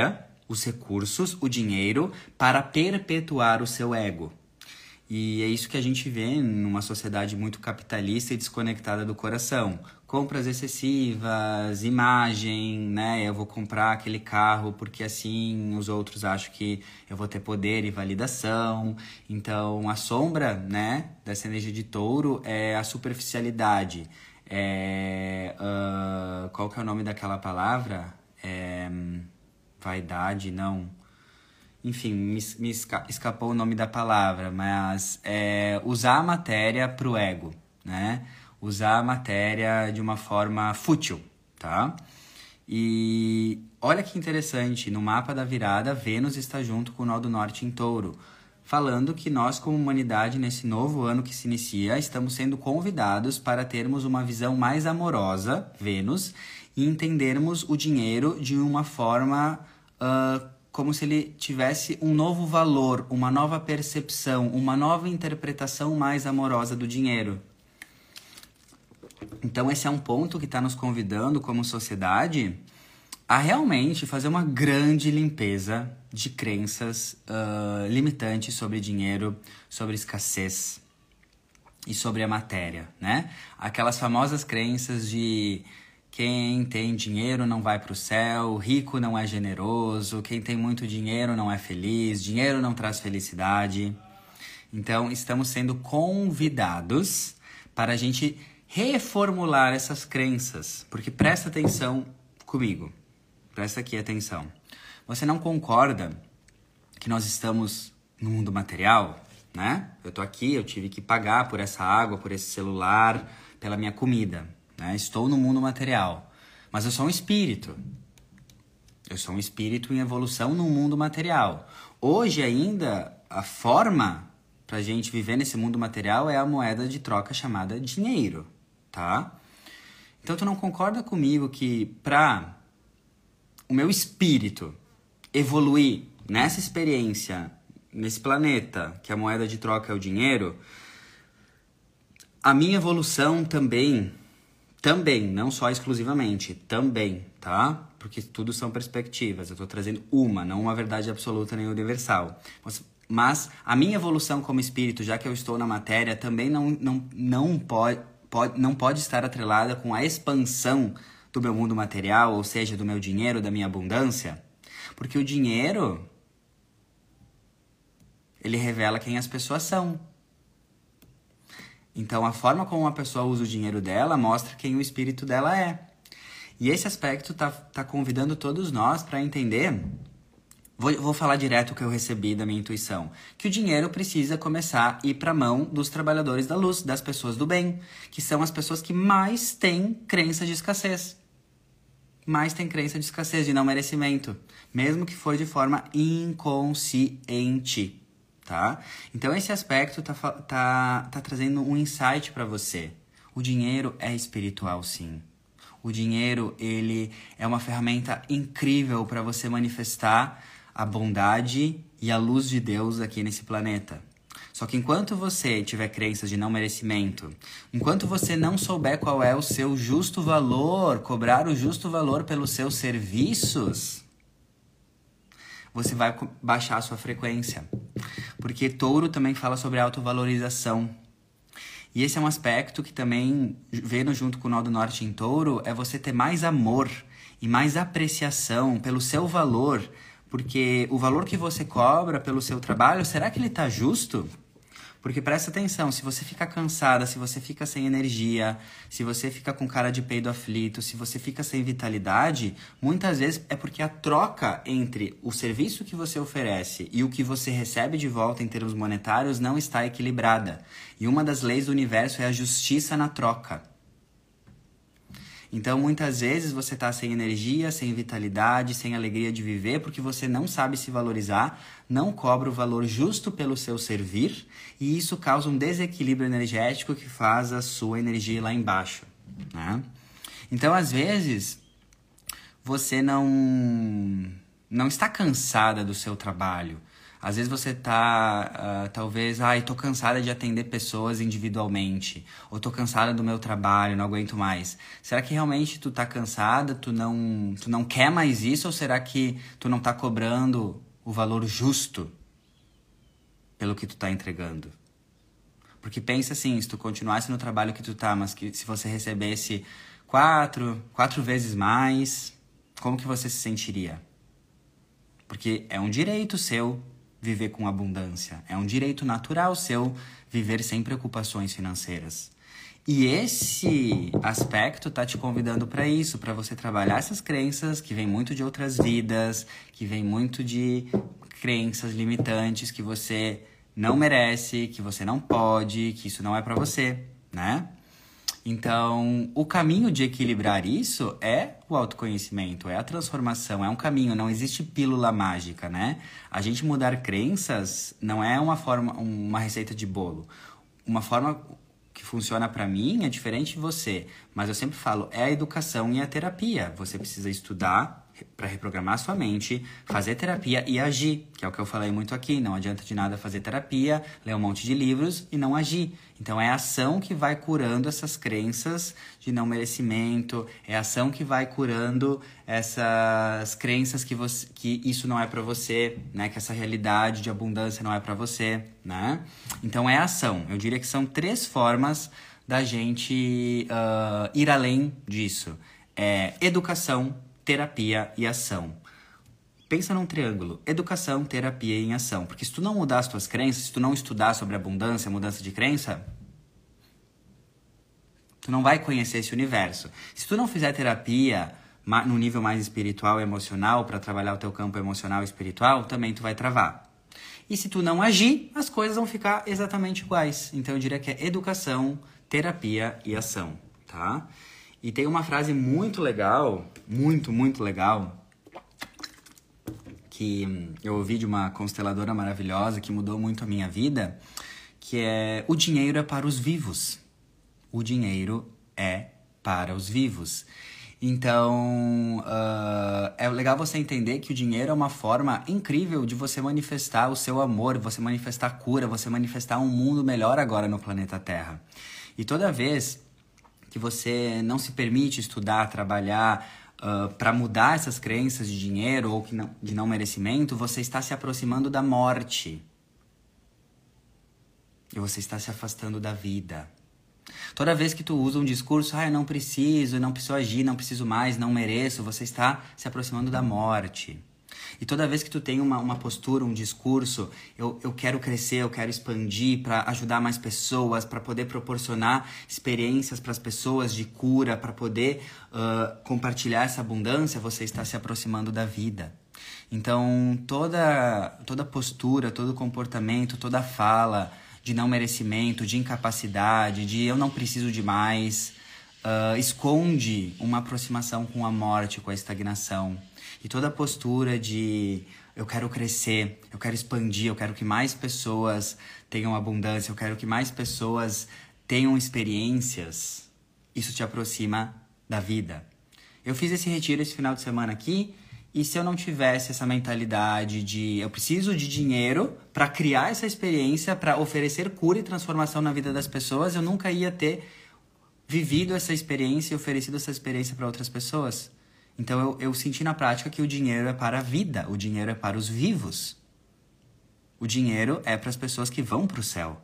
os recursos, o dinheiro, para perpetuar o seu ego. E é isso que a gente vê numa sociedade muito capitalista e desconectada do coração. Compras excessivas, imagem, né? Eu vou comprar aquele carro porque assim os outros acham que eu vou ter poder e validação. Então, a sombra, né, dessa energia de touro é a superficialidade. É, uh, qual que é o nome daquela palavra? É, vaidade, não... Enfim, me, me esca- escapou o nome da palavra, mas é usar a matéria pro ego, né? Usar a matéria de uma forma fútil, tá? E olha que interessante, no mapa da virada, Vênus está junto com o Nó do Norte em Touro, falando que nós, como humanidade, nesse novo ano que se inicia, estamos sendo convidados para termos uma visão mais amorosa, Vênus, e entendermos o dinheiro de uma forma... Uh, como se ele tivesse um novo valor, uma nova percepção, uma nova interpretação mais amorosa do dinheiro. Então esse é um ponto que está nos convidando como sociedade a realmente fazer uma grande limpeza de crenças uh, limitantes sobre dinheiro, sobre escassez e sobre a matéria, né? Aquelas famosas crenças de... Quem tem dinheiro não vai para o céu, rico não é generoso, quem tem muito dinheiro não é feliz, dinheiro não traz felicidade. Então, estamos sendo convidados para a gente reformular essas crenças. Porque presta atenção comigo, presta aqui atenção. Você não concorda que nós estamos no mundo material, né? Eu tô aqui, eu tive que pagar por essa água, por esse celular, pela minha comida. Né? Estou no mundo material, mas eu sou um espírito. Eu sou um espírito em evolução no mundo material. Hoje ainda, a forma para a gente viver nesse mundo material é a moeda de troca chamada dinheiro, tá? Então, tu não concorda comigo que para o meu espírito evoluir nessa experiência, nesse planeta, que a moeda de troca é o dinheiro, a minha evolução também... Também, não só exclusivamente, também, tá? Porque tudo são perspectivas, eu tô trazendo uma, não uma verdade absoluta nem universal. Mas, mas a minha evolução como espírito, já que eu estou na matéria, também não, não, não, pode, pode, não pode estar atrelada com a expansão do meu mundo material, ou seja, do meu dinheiro, da minha abundância. Porque o dinheiro, ele revela quem as pessoas são. Então, a forma como uma pessoa usa o dinheiro dela mostra quem o espírito dela é. E esse aspecto tá, tá convidando todos nós para entender... Vou, vou falar direto o que eu recebi da minha intuição. Que o dinheiro precisa começar a ir para a mão dos trabalhadores da luz, das pessoas do bem. Que são as pessoas que mais têm crença de escassez. Mais têm crença de escassez, de não merecimento. Mesmo que for de forma inconsciente. Tá? Então esse aspecto tá, tá, tá trazendo um insight para você. O dinheiro é espiritual, sim. O dinheiro, ele é uma ferramenta incrível para você manifestar a bondade e a luz de Deus aqui nesse planeta. Só que enquanto você tiver crenças de não merecimento, enquanto você não souber qual é o seu justo valor, cobrar o justo valor pelos seus serviços, você vai baixar a sua frequência. Porque touro também fala sobre autovalorização. E esse é um aspecto que também, vendo junto com o Nó do Norte em Touro, é você ter mais amor e mais apreciação pelo seu valor. Porque o valor que você cobra pelo seu trabalho, será que ele está justo? Porque presta atenção, se você fica cansada, se você fica sem energia, se você fica com cara de peido aflito, se você fica sem vitalidade, muitas vezes é porque a troca entre o serviço que você oferece e o que você recebe de volta em termos monetários não está equilibrada. E uma das leis do universo é a justiça na troca. Então, muitas vezes você está sem energia, sem vitalidade, sem alegria de viver, porque você não sabe se valorizar, não cobra o valor justo pelo seu servir, e isso causa um desequilíbrio energético que faz a sua energia ir lá embaixo, né? Então, às vezes, você não, não está cansada do seu trabalho. Às vezes você tá, uh, talvez, ai, tô cansada de atender pessoas individualmente. Ou tô cansada do meu trabalho, não aguento mais. Será que realmente tu tá cansada, tu não, tu não quer mais isso? Ou será que tu não tá cobrando o valor justo pelo que tu tá entregando? Porque pensa assim, se tu continuasse no trabalho que tu tá, mas que se você recebesse quatro, quatro vezes mais, como que você se sentiria? Porque é um direito seu viver com abundância. É um direito natural seu viver sem preocupações financeiras. E esse aspecto tá te convidando para isso, para você trabalhar essas crenças que vêm muito de outras vidas, que vêm muito de crenças limitantes que você não merece, que você não pode, que isso não é para você, né? Então, o caminho de equilibrar isso é o autoconhecimento, é a transformação, é um caminho, não existe pílula mágica, né? A gente mudar crenças não é uma forma, uma receita de bolo. Uma forma que funciona para mim é diferente de você, mas eu sempre falo, é a educação e a terapia. Você precisa estudar para reprogramar a sua mente, fazer terapia e agir, que é o que eu falei muito aqui. Não adianta de nada fazer terapia, ler um monte de livros e não agir. Então é a ação que vai curando essas crenças de não merecimento, é a ação que vai curando essas crenças que, você, que isso não é para você, né? Que essa realidade de abundância não é para você, né? Então é a ação. Eu diria que são três formas da gente uh, ir além disso. É educação, terapia e ação. Pensa num triângulo, educação, terapia e ação. Porque se tu não mudar as tuas crenças, se tu não estudar sobre abundância, mudança de crença, tu não vai conhecer esse universo. Se tu não fizer terapia no nível mais espiritual e emocional, para trabalhar o teu campo emocional e espiritual, também tu vai travar. E se tu não agir, as coisas vão ficar exatamente iguais. Então eu diria que é educação, terapia e ação, tá? E tem uma frase muito legal, muito, muito legal, que eu ouvi de uma consteladora maravilhosa que mudou muito a minha vida, que é: o dinheiro é para os vivos. O dinheiro é para os vivos. Então, uh, é legal você entender que o dinheiro é uma forma incrível de você manifestar o seu amor, você manifestar a cura, você manifestar um mundo melhor agora no planeta Terra. E toda vez que você não se permite estudar, trabalhar uh, para mudar essas crenças de dinheiro ou que não, de não merecimento, você está se aproximando da morte. E você está se afastando da vida. Toda vez que tu usa um discurso, ah, eu não preciso, não preciso agir, não preciso mais, não mereço, você está se aproximando da morte. E toda vez que tu tem uma, uma postura, um discurso, eu, eu quero crescer, eu quero expandir para ajudar mais pessoas, para poder proporcionar experiências para as pessoas de cura, para poder uh, compartilhar essa abundância, você está se aproximando da vida. Então, toda, toda postura, todo comportamento, toda fala de não merecimento, de incapacidade, de eu não preciso de mais, uh, esconde uma aproximação com a morte, com a estagnação. E toda postura de eu quero crescer, eu quero expandir, eu quero que mais pessoas tenham abundância, eu quero que mais pessoas tenham experiências, isso te aproxima da vida. Eu fiz esse retiro esse final de semana aqui, e se eu não tivesse essa mentalidade de eu preciso de dinheiro para criar essa experiência, para oferecer cura e transformação na vida das pessoas, eu nunca ia ter vivido essa experiência e oferecido essa experiência para outras pessoas. Então eu, eu senti na prática que o dinheiro é para a vida, o dinheiro é para os vivos. O dinheiro é para as pessoas que vão para o céu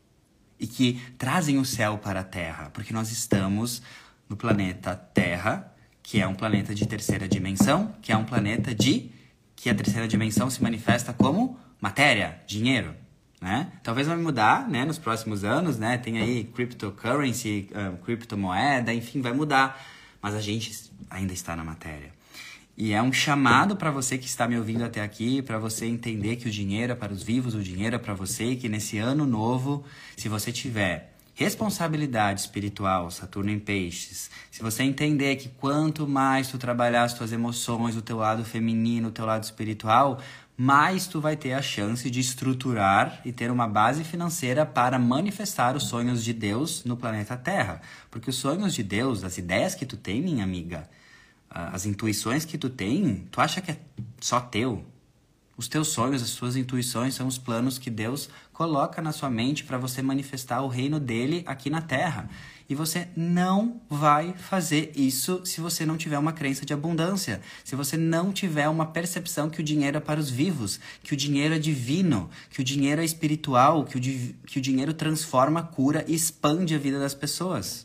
e que trazem o céu para a Terra, porque nós estamos no planeta Terra, que é um planeta de terceira dimensão, que é um planeta de que a terceira dimensão se manifesta como matéria, dinheiro, né? Talvez vai mudar, né, nos próximos anos, né? Tem aí cryptocurrency, uh, criptomoeda, enfim, vai mudar. Mas a gente ainda está na matéria. E é um chamado para você que está me ouvindo até aqui, para você entender que o dinheiro é para os vivos, o dinheiro é para você, e que nesse ano novo, se você tiver responsabilidade espiritual, Saturno em Peixes, se você entender que quanto mais tu trabalhar as tuas emoções, o teu lado feminino, o teu lado espiritual, mais tu vai ter a chance de estruturar e ter uma base financeira para manifestar os sonhos de Deus no planeta Terra. Porque os sonhos de Deus, as ideias que tu tem, minha amiga, as intuições que tu tem, tu acha que é só teu? Os teus sonhos, as suas intuições são os planos que Deus coloca na sua mente para você manifestar o reino dele aqui na Terra. E você não vai fazer isso se você não tiver uma crença de abundância, se você não tiver uma percepção que o dinheiro é para os vivos, que o dinheiro é divino, que o dinheiro é espiritual, que o, que o dinheiro transforma, cura e expande a vida das pessoas.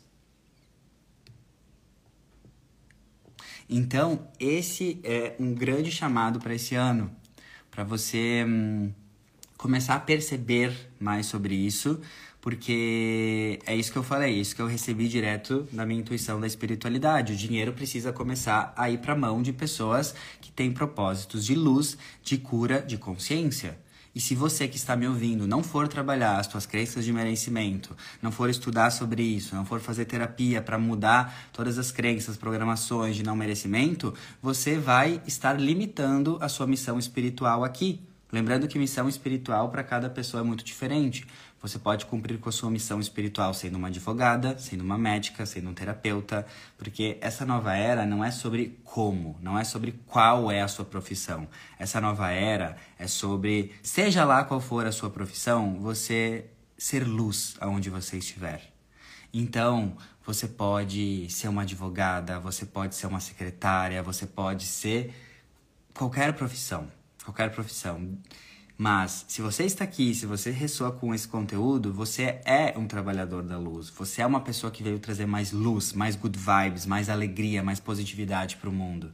Então, esse é um grande chamado para esse ano, para você hum, começar a perceber mais sobre isso, porque é isso que eu falei, isso que eu recebi direto da minha intuição da espiritualidade. O dinheiro precisa começar a ir para a mão de pessoas que têm propósitos de luz, de cura, de consciência. E se você que está me ouvindo não for trabalhar as suas crenças de merecimento, não for estudar sobre isso, não for fazer terapia para mudar todas as crenças, programações de não merecimento, você vai estar limitando a sua missão espiritual aqui. Lembrando que missão espiritual para cada pessoa é muito diferente. Você pode cumprir com a sua missão espiritual sendo uma advogada, sendo uma médica, sendo um terapeuta, porque essa nova era não é sobre como, não é sobre qual é a sua profissão. Essa nova era é sobre, seja lá qual for a sua profissão, você ser luz aonde você estiver. Então, você pode ser uma advogada, você pode ser uma secretária, você pode ser qualquer profissão. Qualquer profissão. Mas, se você está aqui, se você ressoa com esse conteúdo, você é um trabalhador da luz. Você é uma pessoa que veio trazer mais luz, mais good vibes, mais alegria, mais positividade para o mundo.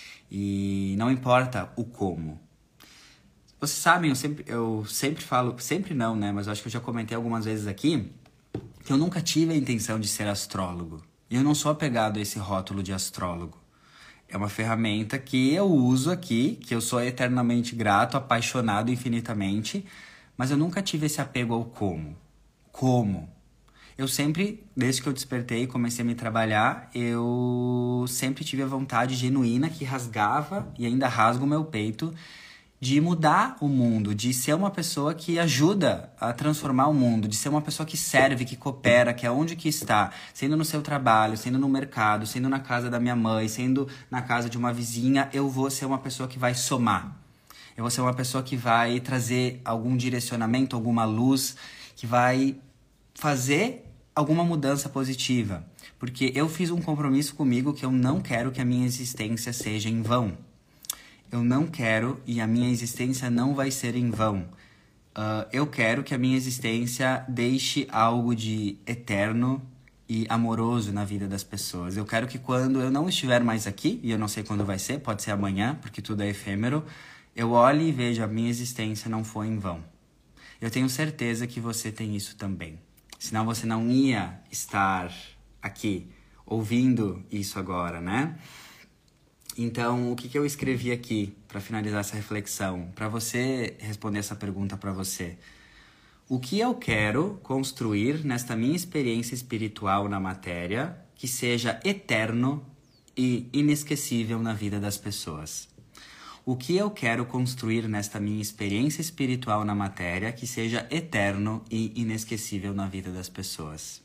E não importa o como. Vocês sabem, eu sempre, eu sempre falo, sempre não, né? Mas eu acho que eu já comentei algumas vezes aqui, que eu nunca tive a intenção de ser astrólogo. E eu não sou apegado a esse rótulo de astrólogo. É uma ferramenta que eu uso aqui, que eu sou eternamente grato, apaixonado infinitamente, mas eu nunca tive esse apego ao como. Como? Eu sempre, desde que eu despertei e comecei a me trabalhar, eu sempre tive a vontade genuína que rasgava e ainda rasga o meu peito de mudar o mundo, de ser uma pessoa que ajuda a transformar o mundo, de ser uma pessoa que serve, que coopera, que é onde que está, sendo no seu trabalho, sendo no mercado, sendo na casa da minha mãe, sendo na casa de uma vizinha, eu vou ser uma pessoa que vai somar. Eu vou ser uma pessoa que vai trazer algum direcionamento, alguma luz, que vai fazer alguma mudança positiva. Porque eu fiz um compromisso comigo que eu não quero que a minha existência seja em vão. Eu não quero e a minha existência não vai ser em vão. Uh, eu quero que a minha existência deixe algo de eterno e amoroso na vida das pessoas. Eu quero que quando eu não estiver mais aqui, e eu não sei quando vai ser, pode ser amanhã, porque tudo é efêmero, eu olhe e veja, a minha existência não foi em vão. Eu tenho certeza que você tem isso também. Senão você não ia estar aqui ouvindo isso agora, né? Então, o que, que eu escrevi aqui para finalizar essa reflexão? Para você responder essa pergunta para você. O que eu quero construir nesta minha experiência espiritual na matéria que seja eterno e inesquecível na vida das pessoas? O que eu quero construir nesta minha experiência espiritual na matéria que seja eterno e inesquecível na vida das pessoas?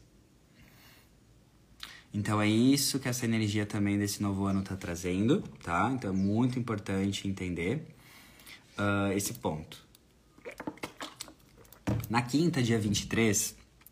Então é isso que essa energia também desse novo ano está trazendo, tá? Então é muito importante entender uh, esse ponto. Na quinta, dia vinte e três,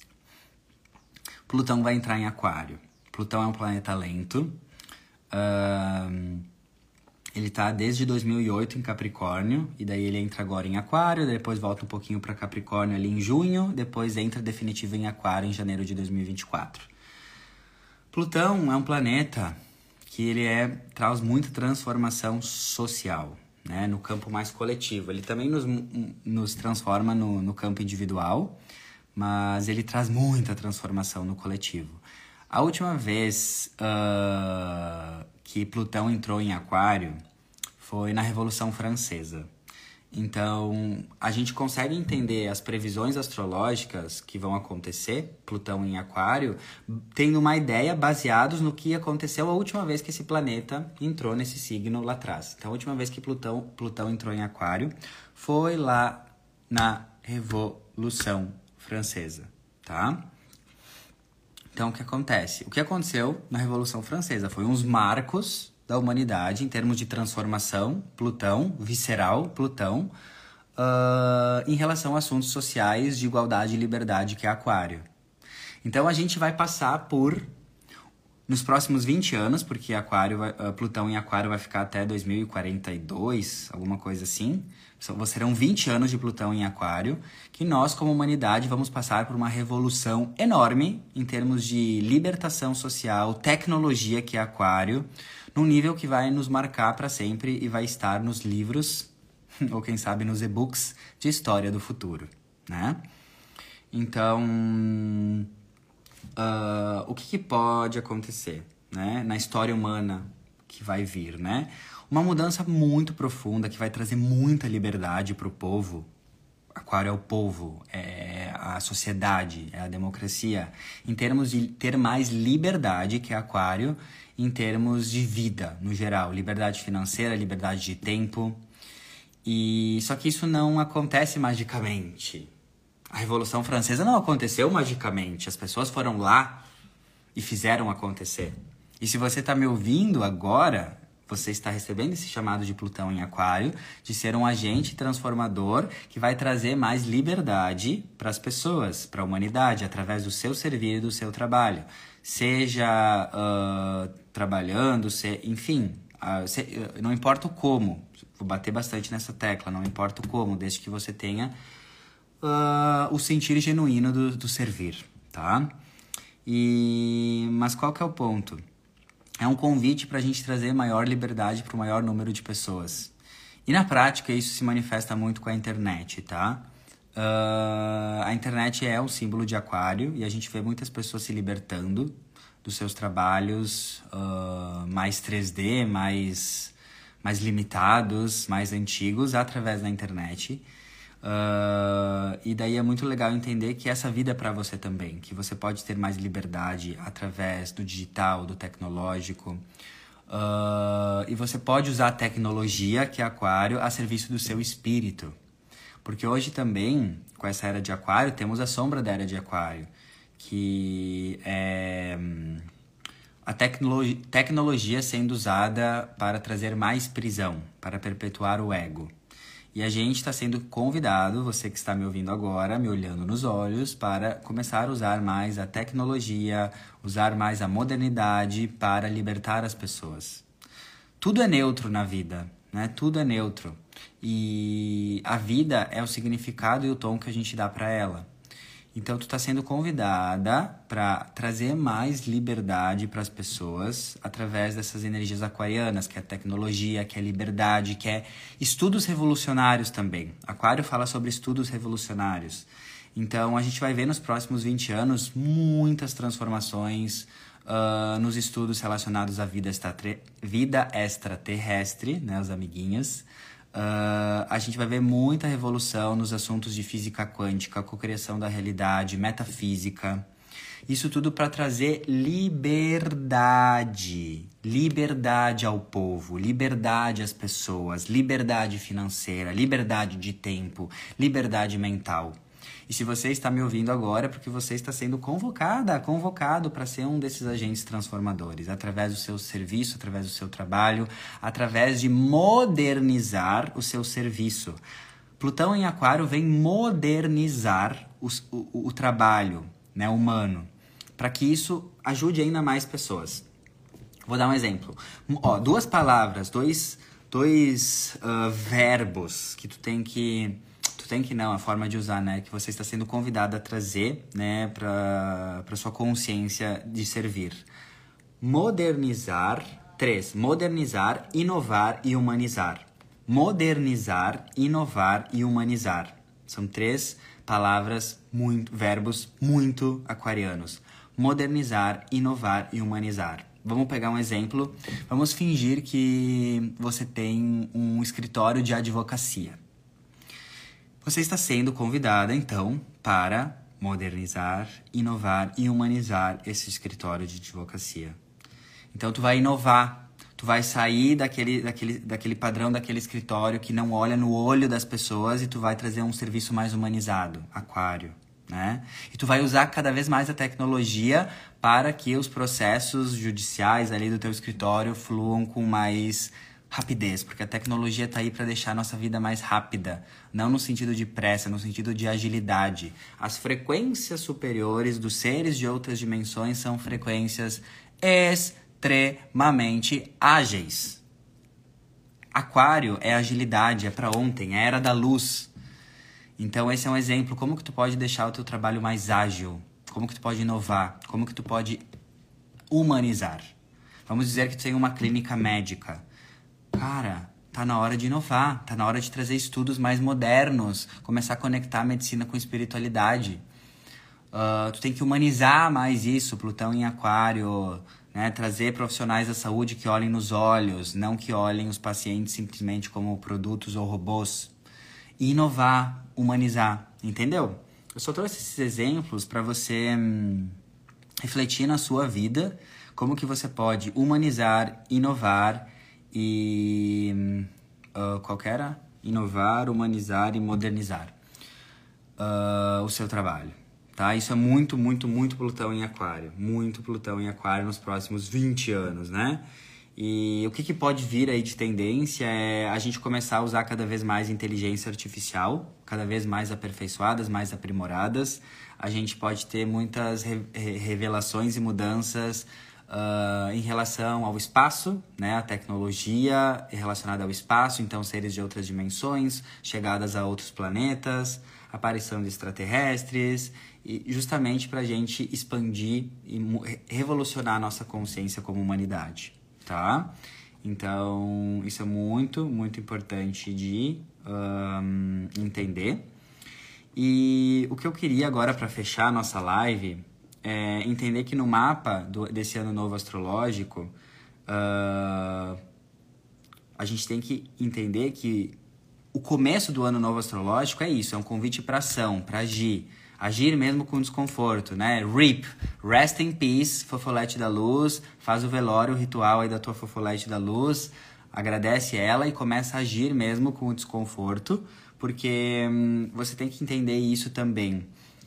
Plutão vai entrar em Aquário. Plutão é um planeta lento. Uh, ele tá desde dois mil e oito em Capricórnio, e daí ele entra agora em Aquário, depois volta um pouquinho para Capricórnio ali em junho, depois entra definitivo em Aquário em janeiro de dois mil e vinte e quatro. Plutão é um planeta que ele é, traz muita transformação social, né, no campo mais coletivo. Ele também nos, nos transforma no, no campo individual, mas ele traz muita transformação no coletivo. A última vez uh, que Plutão entrou em Aquário foi na Revolução Francesa. Então, a gente consegue entender as previsões astrológicas que vão acontecer, Plutão em Aquário, tendo uma ideia baseados no que aconteceu a última vez que esse planeta entrou nesse signo lá atrás. Então, a última vez que Plutão, Plutão entrou em Aquário foi lá na Revolução Francesa, tá? Então, o que acontece? O que aconteceu na Revolução Francesa foi uns marcos da humanidade em termos de transformação, Plutão, visceral, Plutão, uh, em relação a assuntos sociais de igualdade e liberdade, que é Aquário. Então a gente vai passar por, nos próximos vinte anos, porque Aquário vai, uh, Plutão em Aquário vai ficar até dois mil e quarenta e dois, alguma coisa assim. Serão vinte anos de Plutão em Aquário, que nós, como humanidade, vamos passar por uma revolução enorme em termos de libertação social, tecnologia, que é Aquário, num nível que vai nos marcar para sempre e vai estar nos livros, ou quem sabe nos e-books, de história do futuro, né? Então, uh, o que, que pode acontecer, né, na história humana que vai vir, né? Uma mudança muito profunda que vai trazer muita liberdade para o povo. Aquário é o povo, é a sociedade, é a democracia. Em termos de ter mais liberdade, que é Aquário, em termos de vida, no geral. Liberdade financeira, liberdade de tempo. E só que isso não acontece magicamente. A Revolução Francesa não aconteceu magicamente. As pessoas foram lá e fizeram acontecer. E se você está me ouvindo agora, você está recebendo esse chamado de Plutão em Aquário, de ser um agente transformador que vai trazer mais liberdade para as pessoas, para a humanidade, através do seu servir e do seu trabalho. Seja uh, trabalhando, se, enfim, uh, se, uh, não importa o como. Vou bater bastante nessa tecla, não importa o como, desde que você tenha uh, o sentir genuíno do, do servir, tá? E, mas qual que é o ponto? É um convite para a gente trazer maior liberdade para o maior número de pessoas. E na prática isso se manifesta muito com a internet, tá? Uh, a internet é o símbolo de Aquário e a gente vê muitas pessoas se libertando dos seus trabalhos uh, mais três D, mais, mais limitados, mais antigos, através da internet. Uh, e daí é muito legal entender que essa vida é para você também, que você pode ter mais liberdade através do digital, do tecnológico, uh, e você pode usar a tecnologia, que é Aquário, a serviço do seu espírito, porque hoje também, com essa era de Aquário, temos a sombra da era de Aquário, que é a tecnologia, tecnologia sendo usada para trazer mais prisão, para perpetuar o ego. E a gente está sendo convidado, você que está me ouvindo agora, me olhando nos olhos, para começar a usar mais a tecnologia, usar mais a modernidade para libertar as pessoas. Tudo é neutro na vida, né? Tudo é neutro. E a vida é o significado e o tom que a gente dá para ela. Então, tu está sendo convidada para trazer mais liberdade para as pessoas através dessas energias aquarianas, que é tecnologia, que é liberdade, que é estudos revolucionários também. Aquário fala sobre estudos revolucionários. Então, a gente vai ver nos próximos vinte anos muitas transformações uh, nos estudos relacionados à vida, extrater- vida extraterrestre, né, os amiguinhos. Uh, a gente vai ver muita revolução nos assuntos de física quântica, cocriação da realidade, metafísica. Isso tudo para trazer liberdade. Liberdade ao povo, liberdade às pessoas, liberdade financeira, liberdade de tempo, liberdade mental. E se você está me ouvindo agora é porque você está sendo convocada, convocado para ser um desses agentes transformadores, através do seu serviço, através do seu trabalho, através de modernizar o seu serviço. Plutão em Aquário vem modernizar os, o, o trabalho, né, humano, para que isso ajude ainda mais pessoas. Vou dar um exemplo. Ó, duas palavras, dois, dois uh, verbos que tu tem que... Tu tem que não, a forma de usar, né? Que você está sendo convidado a trazer, né? Para para sua consciência de servir. Modernizar. Três. Modernizar, inovar e humanizar. Modernizar, inovar e humanizar. São três palavras, muito, verbos muito aquarianos. Modernizar, inovar e humanizar. Vamos pegar um exemplo. Vamos fingir que você tem um escritório de advocacia. Você está sendo convidada, então, para modernizar, inovar e humanizar esse escritório de advocacia. Então, tu vai inovar, tu vai sair daquele, daquele, daquele padrão, daquele escritório que não olha no olho das pessoas e tu vai trazer um serviço mais humanizado, Aquário, né? E tu vai usar cada vez mais a tecnologia para que os processos judiciais ali do teu escritório fluam com mais rapidez, porque a tecnologia está aí para deixar a nossa vida mais rápida, não no sentido de pressa, no sentido de agilidade. As frequências superiores dos seres de outras dimensões são frequências extremamente ágeis. Aquário é agilidade, é para ontem, é a era da luz. Então esse é um exemplo, como que tu pode deixar o teu trabalho mais ágil, como que tu pode inovar, como que tu pode humanizar. Vamos dizer que tu tem uma clínica médica. Cara, tá na hora de inovar, tá na hora de trazer estudos mais modernos, começar a conectar a medicina com espiritualidade. Uh, tu tem que humanizar mais isso, Plutão em Aquário, né? Trazer profissionais da saúde que olhem nos olhos, não que olhem os pacientes simplesmente como produtos ou robôs. E inovar, humanizar, entendeu? Eu só trouxe esses exemplos para você hum, refletir na sua vida como que você pode humanizar, inovar e... Uh, qual que era? Inovar, humanizar e modernizar uh, o seu trabalho. Tá? Isso é muito, muito, muito Plutão em Aquário. Muito Plutão em Aquário nos próximos vinte anos, né? E o que, que pode vir aí de tendência é a gente começar a usar cada vez mais inteligência artificial, cada vez mais aperfeiçoadas, mais aprimoradas. A gente pode ter muitas re- revelações e mudanças uh, em relação ao espaço, né? A tecnologia relacionada ao espaço, então seres de outras dimensões, chegadas a outros planetas, aparição de extraterrestres, e justamente para a gente expandir e revolucionar a nossa consciência como humanidade. Tá? Então, isso é muito, muito importante de um, entender. E o que eu queria agora para fechar a nossa live é entender que no mapa do, desse ano novo astrológico, uh, a gente tem que entender que o começo do ano novo astrológico é isso, é um convite para ação, para agir. Agir mesmo com desconforto, né? Reap, rest in peace, fofolete da luz, faz o velório, o ritual aí da tua fofolete da luz, agradece ela e começa a agir mesmo com o desconforto, porque hum, você tem que entender isso também.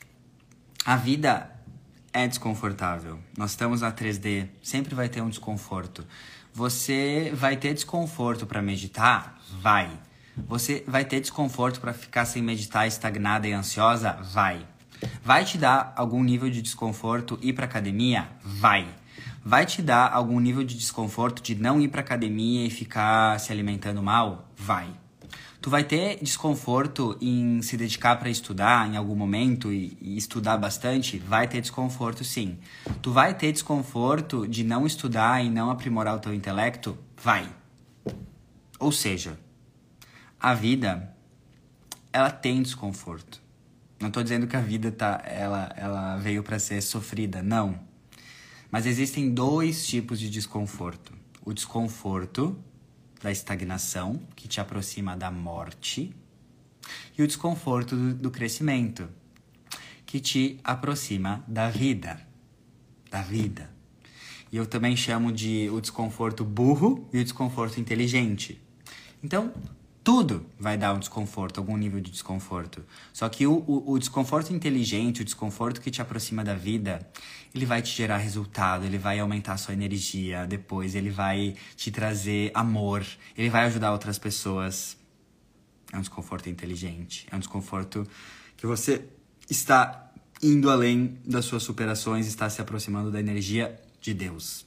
A vida é desconfortável, nós estamos na três D, sempre vai ter um desconforto. Você vai ter desconforto para meditar? Vai. Você vai ter desconforto para ficar sem meditar, estagnada e ansiosa? Vai. Vai te dar algum nível de desconforto ir para academia? Vai. Vai te dar algum nível de desconforto de não ir para academia e ficar se alimentando mal? Vai. Tu vai ter desconforto em se dedicar para estudar em algum momento e, e estudar bastante? Vai ter desconforto, sim. Tu vai ter desconforto de não estudar e não aprimorar o teu intelecto? Vai. Ou seja, a vida, ela tem desconforto. Não estou dizendo que a vida tá, ela, ela veio para ser sofrida, não. Mas existem dois tipos de desconforto. O desconforto da estagnação, que te aproxima da morte, e o desconforto do, do crescimento, que te aproxima da vida. Da vida. E eu também chamo de o desconforto burro e o desconforto inteligente. Então, tudo vai dar um desconforto, algum nível de desconforto. Só que o, o, o desconforto inteligente, o desconforto que te aproxima da vida, ele vai te gerar resultado, ele vai aumentar a sua energia depois, ele vai te trazer amor, ele vai ajudar outras pessoas. É um desconforto inteligente, é um desconforto que você está indo além das suas superações, está se aproximando da energia de Deus.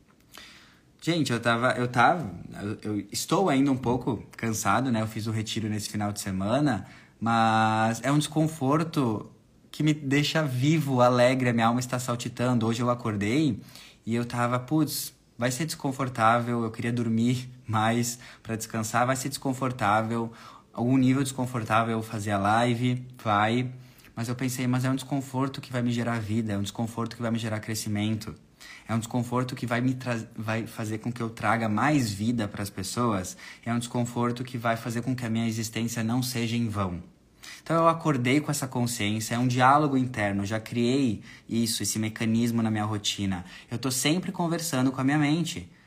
Gente, eu tava, eu tava, eu, eu estou ainda um pouco cansado, né? Eu fiz o retiro nesse final de semana, mas é um desconforto que me deixa vivo, alegre, a minha alma está saltitando. Hoje eu acordei e eu tava, putz, vai ser desconfortável, eu queria dormir mais para descansar, vai ser desconfortável, algum nível desconfortável eu fazer a live, vai, mas eu pensei, mas é um desconforto que vai me gerar vida, é um desconforto que vai me gerar crescimento. É um desconforto que vai, me tra- vai fazer com que eu traga mais vida para as pessoas. É um desconforto que vai fazer com que a minha existência não seja em vão. Então eu acordei com essa consciência, é um diálogo interno. Eu já criei isso, esse mecanismo na minha rotina. Eu estou sempre conversando com a minha mente.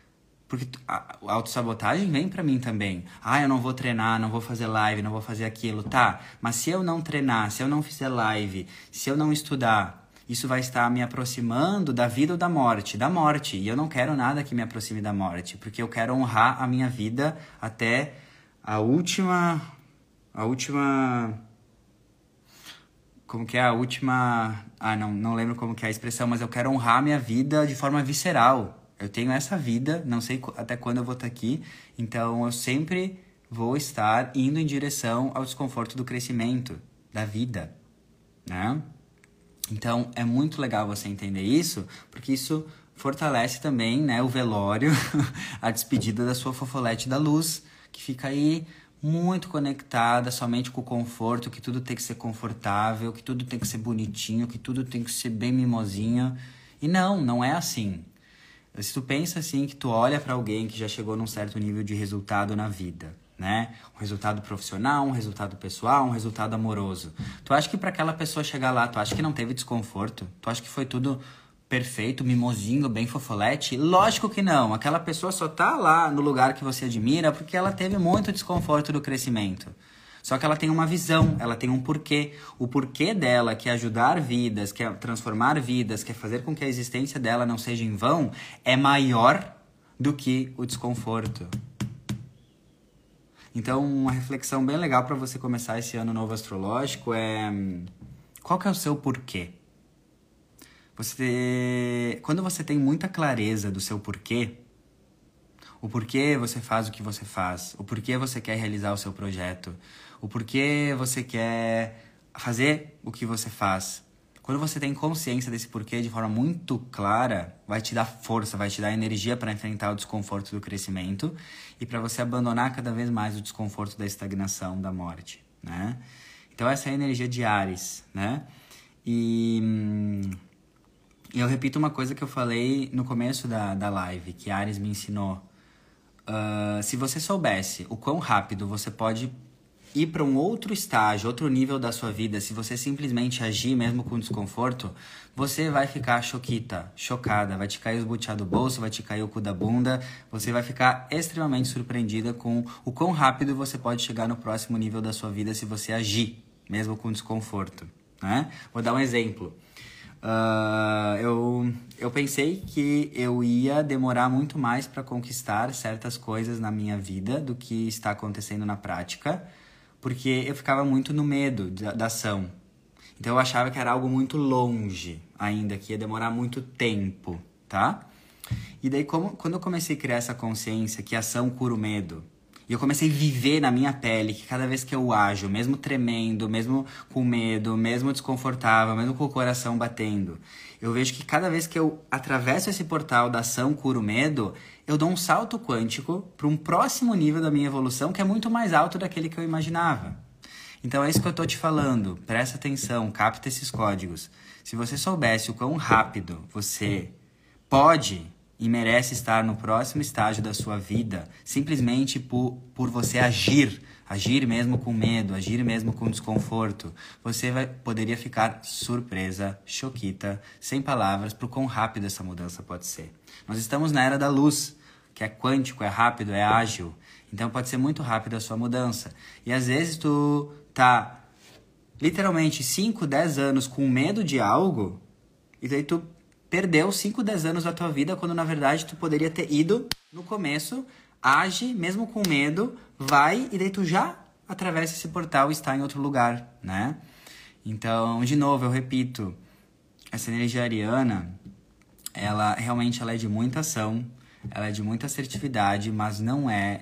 Porque a a autossabotagem vem pra mim também. Ah, eu não vou treinar, não vou fazer live, não vou fazer aquilo. Tá, mas se eu não treinar, se eu não fizer live, se eu não estudar, isso vai estar me aproximando da vida ou da morte? Da morte. E eu não quero nada que me aproxime da morte. Porque eu quero honrar a minha vida até a última... A última... Como que é a última... Ah, não, não lembro como que é a expressão, mas eu quero honrar a minha vida de forma visceral. Eu tenho essa vida, não sei até quando eu vou estar aqui, então eu sempre vou estar indo em direção ao desconforto do crescimento, da vida, né? Então é muito legal você entender isso, porque isso fortalece também, né, o velório, a despedida da sua fofolete da luz, que fica aí muito conectada somente com o conforto, que tudo tem que ser confortável, que tudo tem que ser bonitinho, que tudo tem que ser bem mimosinho. E não, não é assim. Se tu pensa assim, que tu olha pra alguém que já chegou num certo nível de resultado na vida, né? Um resultado profissional, um resultado pessoal, um resultado amoroso. Tu acha que pra aquela pessoa chegar lá, tu acha que não teve desconforto? Tu acha que foi tudo perfeito, mimosinho, bem fofolete? Lógico que não. Aquela pessoa só tá lá no lugar que você admira porque ela teve muito desconforto do crescimento. Só que ela tem uma visão, ela tem um porquê. O porquê dela, que é ajudar vidas, que é transformar vidas, que é fazer com que a existência dela não seja em vão, é maior do que o desconforto. Então, uma reflexão bem legal para você começar esse ano novo astrológico é... Qual que é o seu porquê? Você... Quando você tem muita clareza do seu porquê, o porquê você faz o que você faz, o porquê você quer realizar o seu projeto, o porquê você quer fazer o que você faz. Quando você tem consciência desse porquê de forma muito clara, vai te dar força, vai te dar energia para enfrentar o desconforto do crescimento e para você abandonar cada vez mais o desconforto da estagnação, da morte, né? Então essa é a energia de Áries, né? E hum, eu repito uma coisa que eu falei no começo da, da live, que Áries me ensinou. Uh, se você soubesse o quão rápido você pode ir para um outro estágio, outro nível da sua vida, se você simplesmente agir mesmo com desconforto, você vai ficar choquita, chocada, vai te cair os butiá do bolso, vai te cair o cu da bunda, você vai ficar extremamente surpreendida com o quão rápido você pode chegar no próximo nível da sua vida se você agir, mesmo com desconforto, né? Vou dar um exemplo. Uh, eu, eu pensei que eu ia demorar muito mais para conquistar certas coisas na minha vida do que está acontecendo na prática, porque eu ficava muito no medo da, da ação. Então eu achava que era algo muito longe ainda, que ia demorar muito tempo, tá? E daí como, quando eu comecei a criar essa consciência que a ação cura o medo, e eu comecei a viver na minha pele que cada vez que eu ajo, mesmo tremendo, mesmo com medo, mesmo desconfortável, mesmo com o coração batendo, eu vejo que cada vez que eu atravesso esse portal da ação cura o medo, eu dou um salto quântico para um próximo nível da minha evolução que é muito mais alto daquele que eu imaginava. Então é isso que eu tô te falando. Presta atenção, capta esses códigos. Se você soubesse o quão rápido você pode e merece estar no próximo estágio da sua vida, simplesmente por, por você agir, agir mesmo com medo, agir mesmo com desconforto, você vai, poderia ficar surpresa, choquita, sem palavras, por quão rápido essa mudança pode ser. Nós estamos na era da luz, que é quântico, é rápido, é ágil, então pode ser muito rápido a sua mudança. E às vezes tu tá literalmente cinco, dez anos com medo de algo, e daí tu perdeu cinco, dez anos da tua vida, quando na verdade tu poderia ter ido no começo, age, mesmo com medo, vai, e daí tu já atravessa esse portal e está em outro lugar, né? Então, de novo, eu repito, essa energia ariana, ela realmente ela é de muita ação, ela é de muita assertividade, mas não é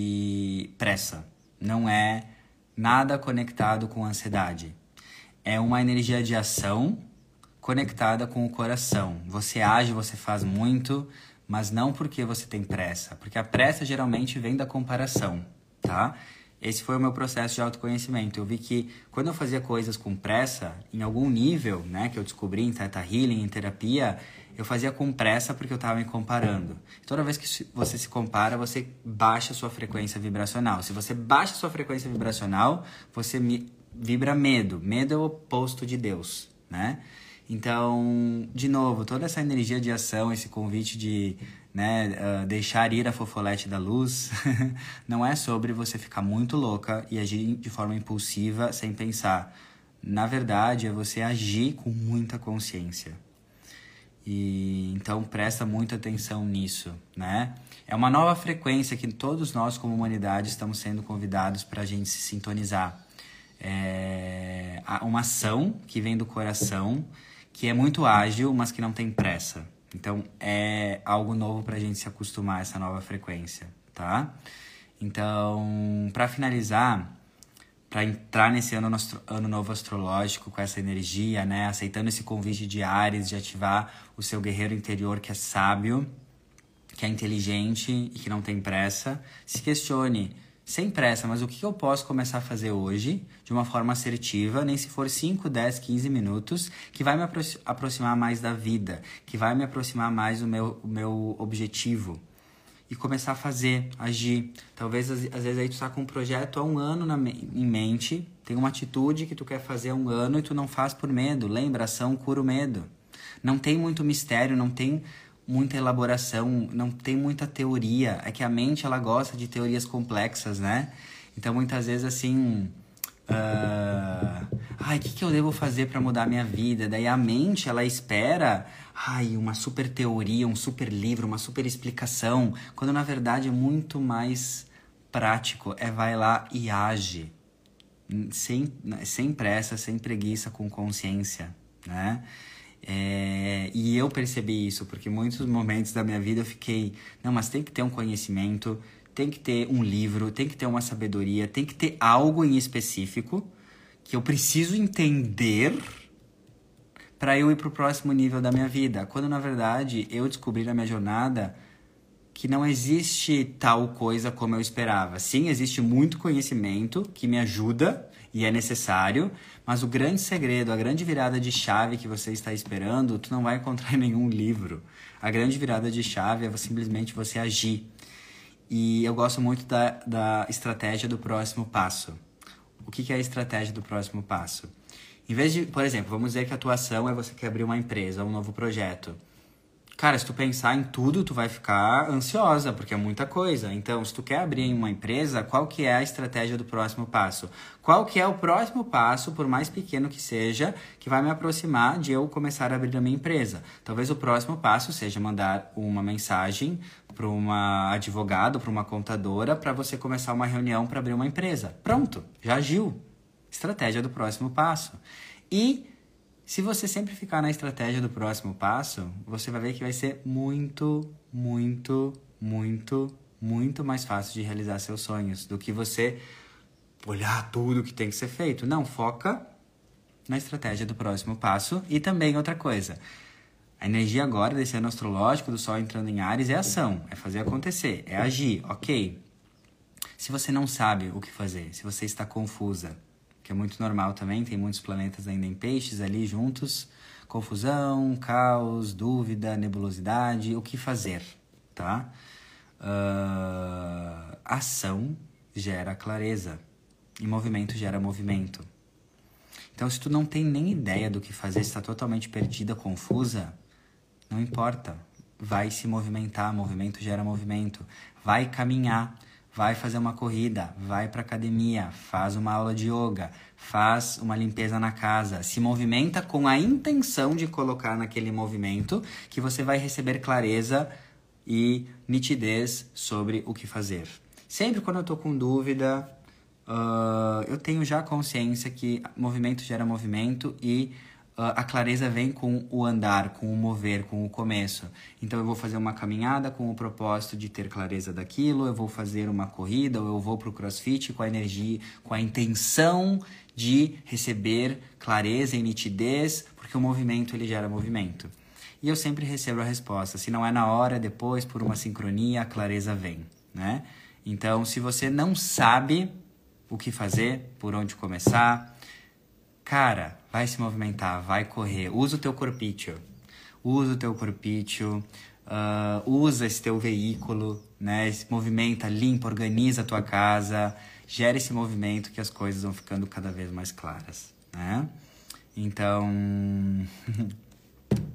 de pressa, não é nada conectado com ansiedade. É uma energia de ação conectada com o coração. Você age, você faz muito, mas não porque você tem pressa. Porque a pressa geralmente vem da comparação, tá? Esse foi o meu processo de autoconhecimento. Eu vi que quando eu fazia coisas com pressa, em algum nível, né, que eu descobri em Theta Healing, em terapia, eu fazia com pressa porque eu estava me comparando. Toda vez que você se compara, você baixa a sua frequência vibracional. Se você baixa a sua frequência vibracional, você vibra medo. Medo é o oposto de Deus, né? Então, de novo, toda essa energia de ação, esse convite de, né, uh, deixar ir a fofolete da luz, não é sobre você ficar muito louca e agir de forma impulsiva sem pensar. Na verdade, é você agir com muita consciência. E então presta muita atenção nisso, né? É uma nova frequência que todos nós, como humanidade, estamos sendo convidados para a gente se sintonizar. É uma ação que vem do coração, que é muito ágil, mas que não tem pressa. Então, é algo novo para a gente se acostumar a essa nova frequência, tá? Então, para finalizar, para entrar nesse ano, ano novo astrológico com essa energia, né? Aceitando esse convite de Áries, de ativar o seu guerreiro interior que é sábio, que é inteligente e que não tem pressa, se questione, sem pressa, mas o que eu posso começar a fazer hoje de uma forma assertiva, nem se for cinco, dez, quinze minutos, que vai me apro- aproximar mais da vida, que vai me aproximar mais do meu, o meu objetivo. E começar a fazer, agir. Talvez, às, às vezes, aí tu tá com um projeto há um ano na, em mente, tem uma atitude que tu quer fazer há um ano e tu não faz por medo. Lembra, ação cura o medo. Não tem muito mistério, não tem muita elaboração, não tem muita teoria. É que a mente, ela gosta de teorias complexas, né? Então, muitas vezes, assim... Uh, ai, o que, que eu devo fazer para mudar a minha vida? Daí a mente, ela espera... Ai, uma super teoria, um super livro, uma super explicação. Quando, na verdade, é muito mais prático. É vai lá e age. Sem, sem pressa, sem preguiça, com consciência, né? É, e eu percebi isso, porque em muitos momentos da minha vida eu fiquei... Não, mas tem que ter um conhecimento, tem que ter um livro, tem que ter uma sabedoria, tem que ter algo em específico que eu preciso entender para eu ir pro próximo nível da minha vida. Quando, na verdade, eu descobri na minha jornada que não existe tal coisa como eu esperava. Sim, existe muito conhecimento que me ajuda e é necessário, mas o grande segredo, a grande virada de chave que você está esperando, tu não vai encontrar em nenhum livro. A grande virada de chave é simplesmente você agir. E eu gosto muito da, da estratégia do próximo passo. O que, que é a estratégia do próximo passo? Em vez de, por exemplo, vamos dizer que a tua ação é você quer abrir uma empresa, um novo projeto. Cara, se tu pensar em tudo, tu vai ficar ansiosa, porque é muita coisa. Então, se tu quer abrir uma empresa, qual que é a estratégia do próximo passo? Qual que é o próximo passo, por mais pequeno que seja, que vai me aproximar de eu começar a abrir a minha empresa? Talvez o próximo passo seja mandar uma mensagem para uma advogada, para uma contadora, para você começar uma reunião para abrir uma empresa. Pronto, já agiu. Estratégia do próximo passo. E se você sempre ficar na estratégia do próximo passo, você vai ver que vai ser muito, muito, muito, muito mais fácil de realizar seus sonhos do que você olhar tudo que tem que ser feito. Não, foca na estratégia do próximo passo. E também outra coisa, a energia agora desse ano astrológico do Sol entrando em Áries é ação, é fazer acontecer, é agir, ok? Se você não sabe o que fazer, se você está confusa, que é muito normal também, tem muitos planetas ainda em peixes ali juntos, confusão, caos, dúvida, nebulosidade, o que fazer, tá? Uh, ação gera clareza e movimento gera movimento. Então, se tu não tem nem ideia do que fazer, está totalmente perdida, confusa, não importa, vai se movimentar, movimento gera movimento, vai caminhar, vai fazer uma corrida, vai para academia, faz uma aula de yoga, faz uma limpeza na casa, se movimenta com a intenção de colocar naquele movimento que você vai receber clareza e nitidez sobre o que fazer. Sempre quando eu tô com dúvida, uh, eu tenho já consciência que movimento gera movimento e a clareza vem com o andar, com o mover, com o começo. Então eu vou fazer uma caminhada com o propósito de ter clareza daquilo, eu vou fazer uma corrida, ou eu vou para o CrossFit com a energia, com a intenção de receber clareza e nitidez, porque o movimento ele gera movimento. E eu sempre recebo a resposta, se não é na hora, depois, por uma sincronia, a clareza vem, né? Então, se você não sabe o que fazer, por onde começar, cara, vai se movimentar, vai correr, usa o teu corpício, usa o teu corpício, uh, usa esse teu veículo, né? Se movimenta, limpa, organiza a tua casa, gera esse movimento que as coisas vão ficando cada vez mais claras, né? Então,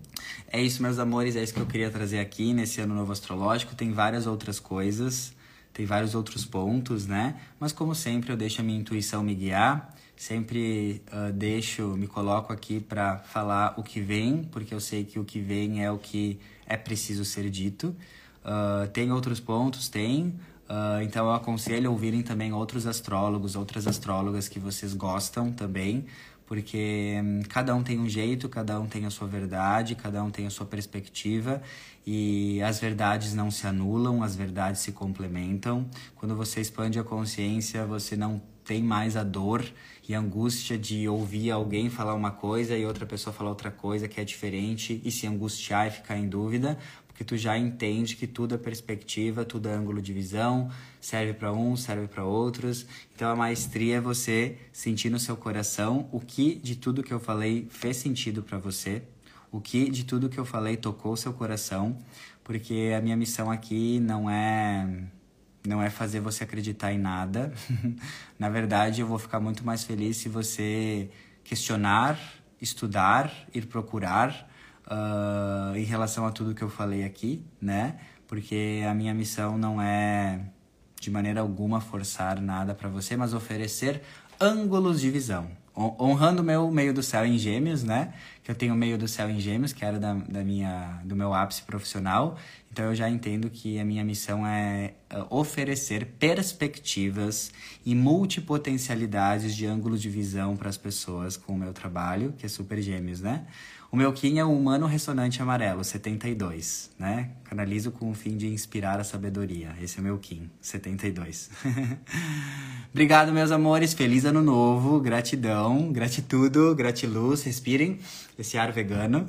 É isso, meus amores, é isso que eu queria trazer aqui nesse Ano Novo Astrológico. Tem várias outras coisas, tem vários outros pontos, né? Mas como sempre, eu deixo a minha intuição me guiar. Sempre uh, deixo, me coloco aqui para falar o que vem, porque eu sei que o que vem é o que é preciso ser dito. Uh, tem outros pontos? Tem. Uh, então eu aconselho ouvirem também outros astrólogos, outras astrólogas que vocês gostam também, porque hum, cada um tem um jeito, cada um tem a sua verdade, cada um tem a sua perspectiva e as verdades não se anulam, as verdades se complementam. Quando você expande a consciência, você não tem mais a dor e a angústia de ouvir alguém falar uma coisa e outra pessoa falar outra coisa que é diferente e se angustiar e ficar em dúvida, porque tu já entende que tudo é perspectiva, tudo é ângulo de visão, serve para uns, serve para outros. Então a maestria é você sentir no seu coração o que de tudo que eu falei fez sentido para você, o que de tudo que eu falei tocou o seu coração, porque a minha missão aqui não é não é fazer você acreditar em nada. Na verdade, eu vou ficar muito mais feliz se você questionar, estudar, ir procurar uh, em relação a tudo que eu falei aqui, né? Porque a minha missão não é, de maneira alguma, forçar nada para você, mas oferecer ângulos de visão. Honrando o meu meio do céu em Gêmeos, né? Que eu tenho o meio do céu em Gêmeos, que era da, da minha, do meu ápice profissional. Então eu já entendo que a minha missão é oferecer perspectivas e multipotencialidades de ângulo de visão para as pessoas com o meu trabalho, que é Super Gêmeos, né? O meu Kim é o humano ressonante amarelo, setenta e dois, né? Canalizo com o fim de inspirar a sabedoria. Esse é o meu Kim, setenta e dois. Obrigado, meus amores. Feliz ano novo. Gratidão, gratitudo, gratiluz. Respirem esse ar vegano.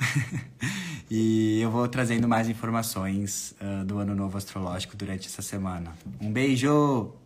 E eu vou trazendo mais informações uh, do ano novo astrológico durante essa semana. Um beijo!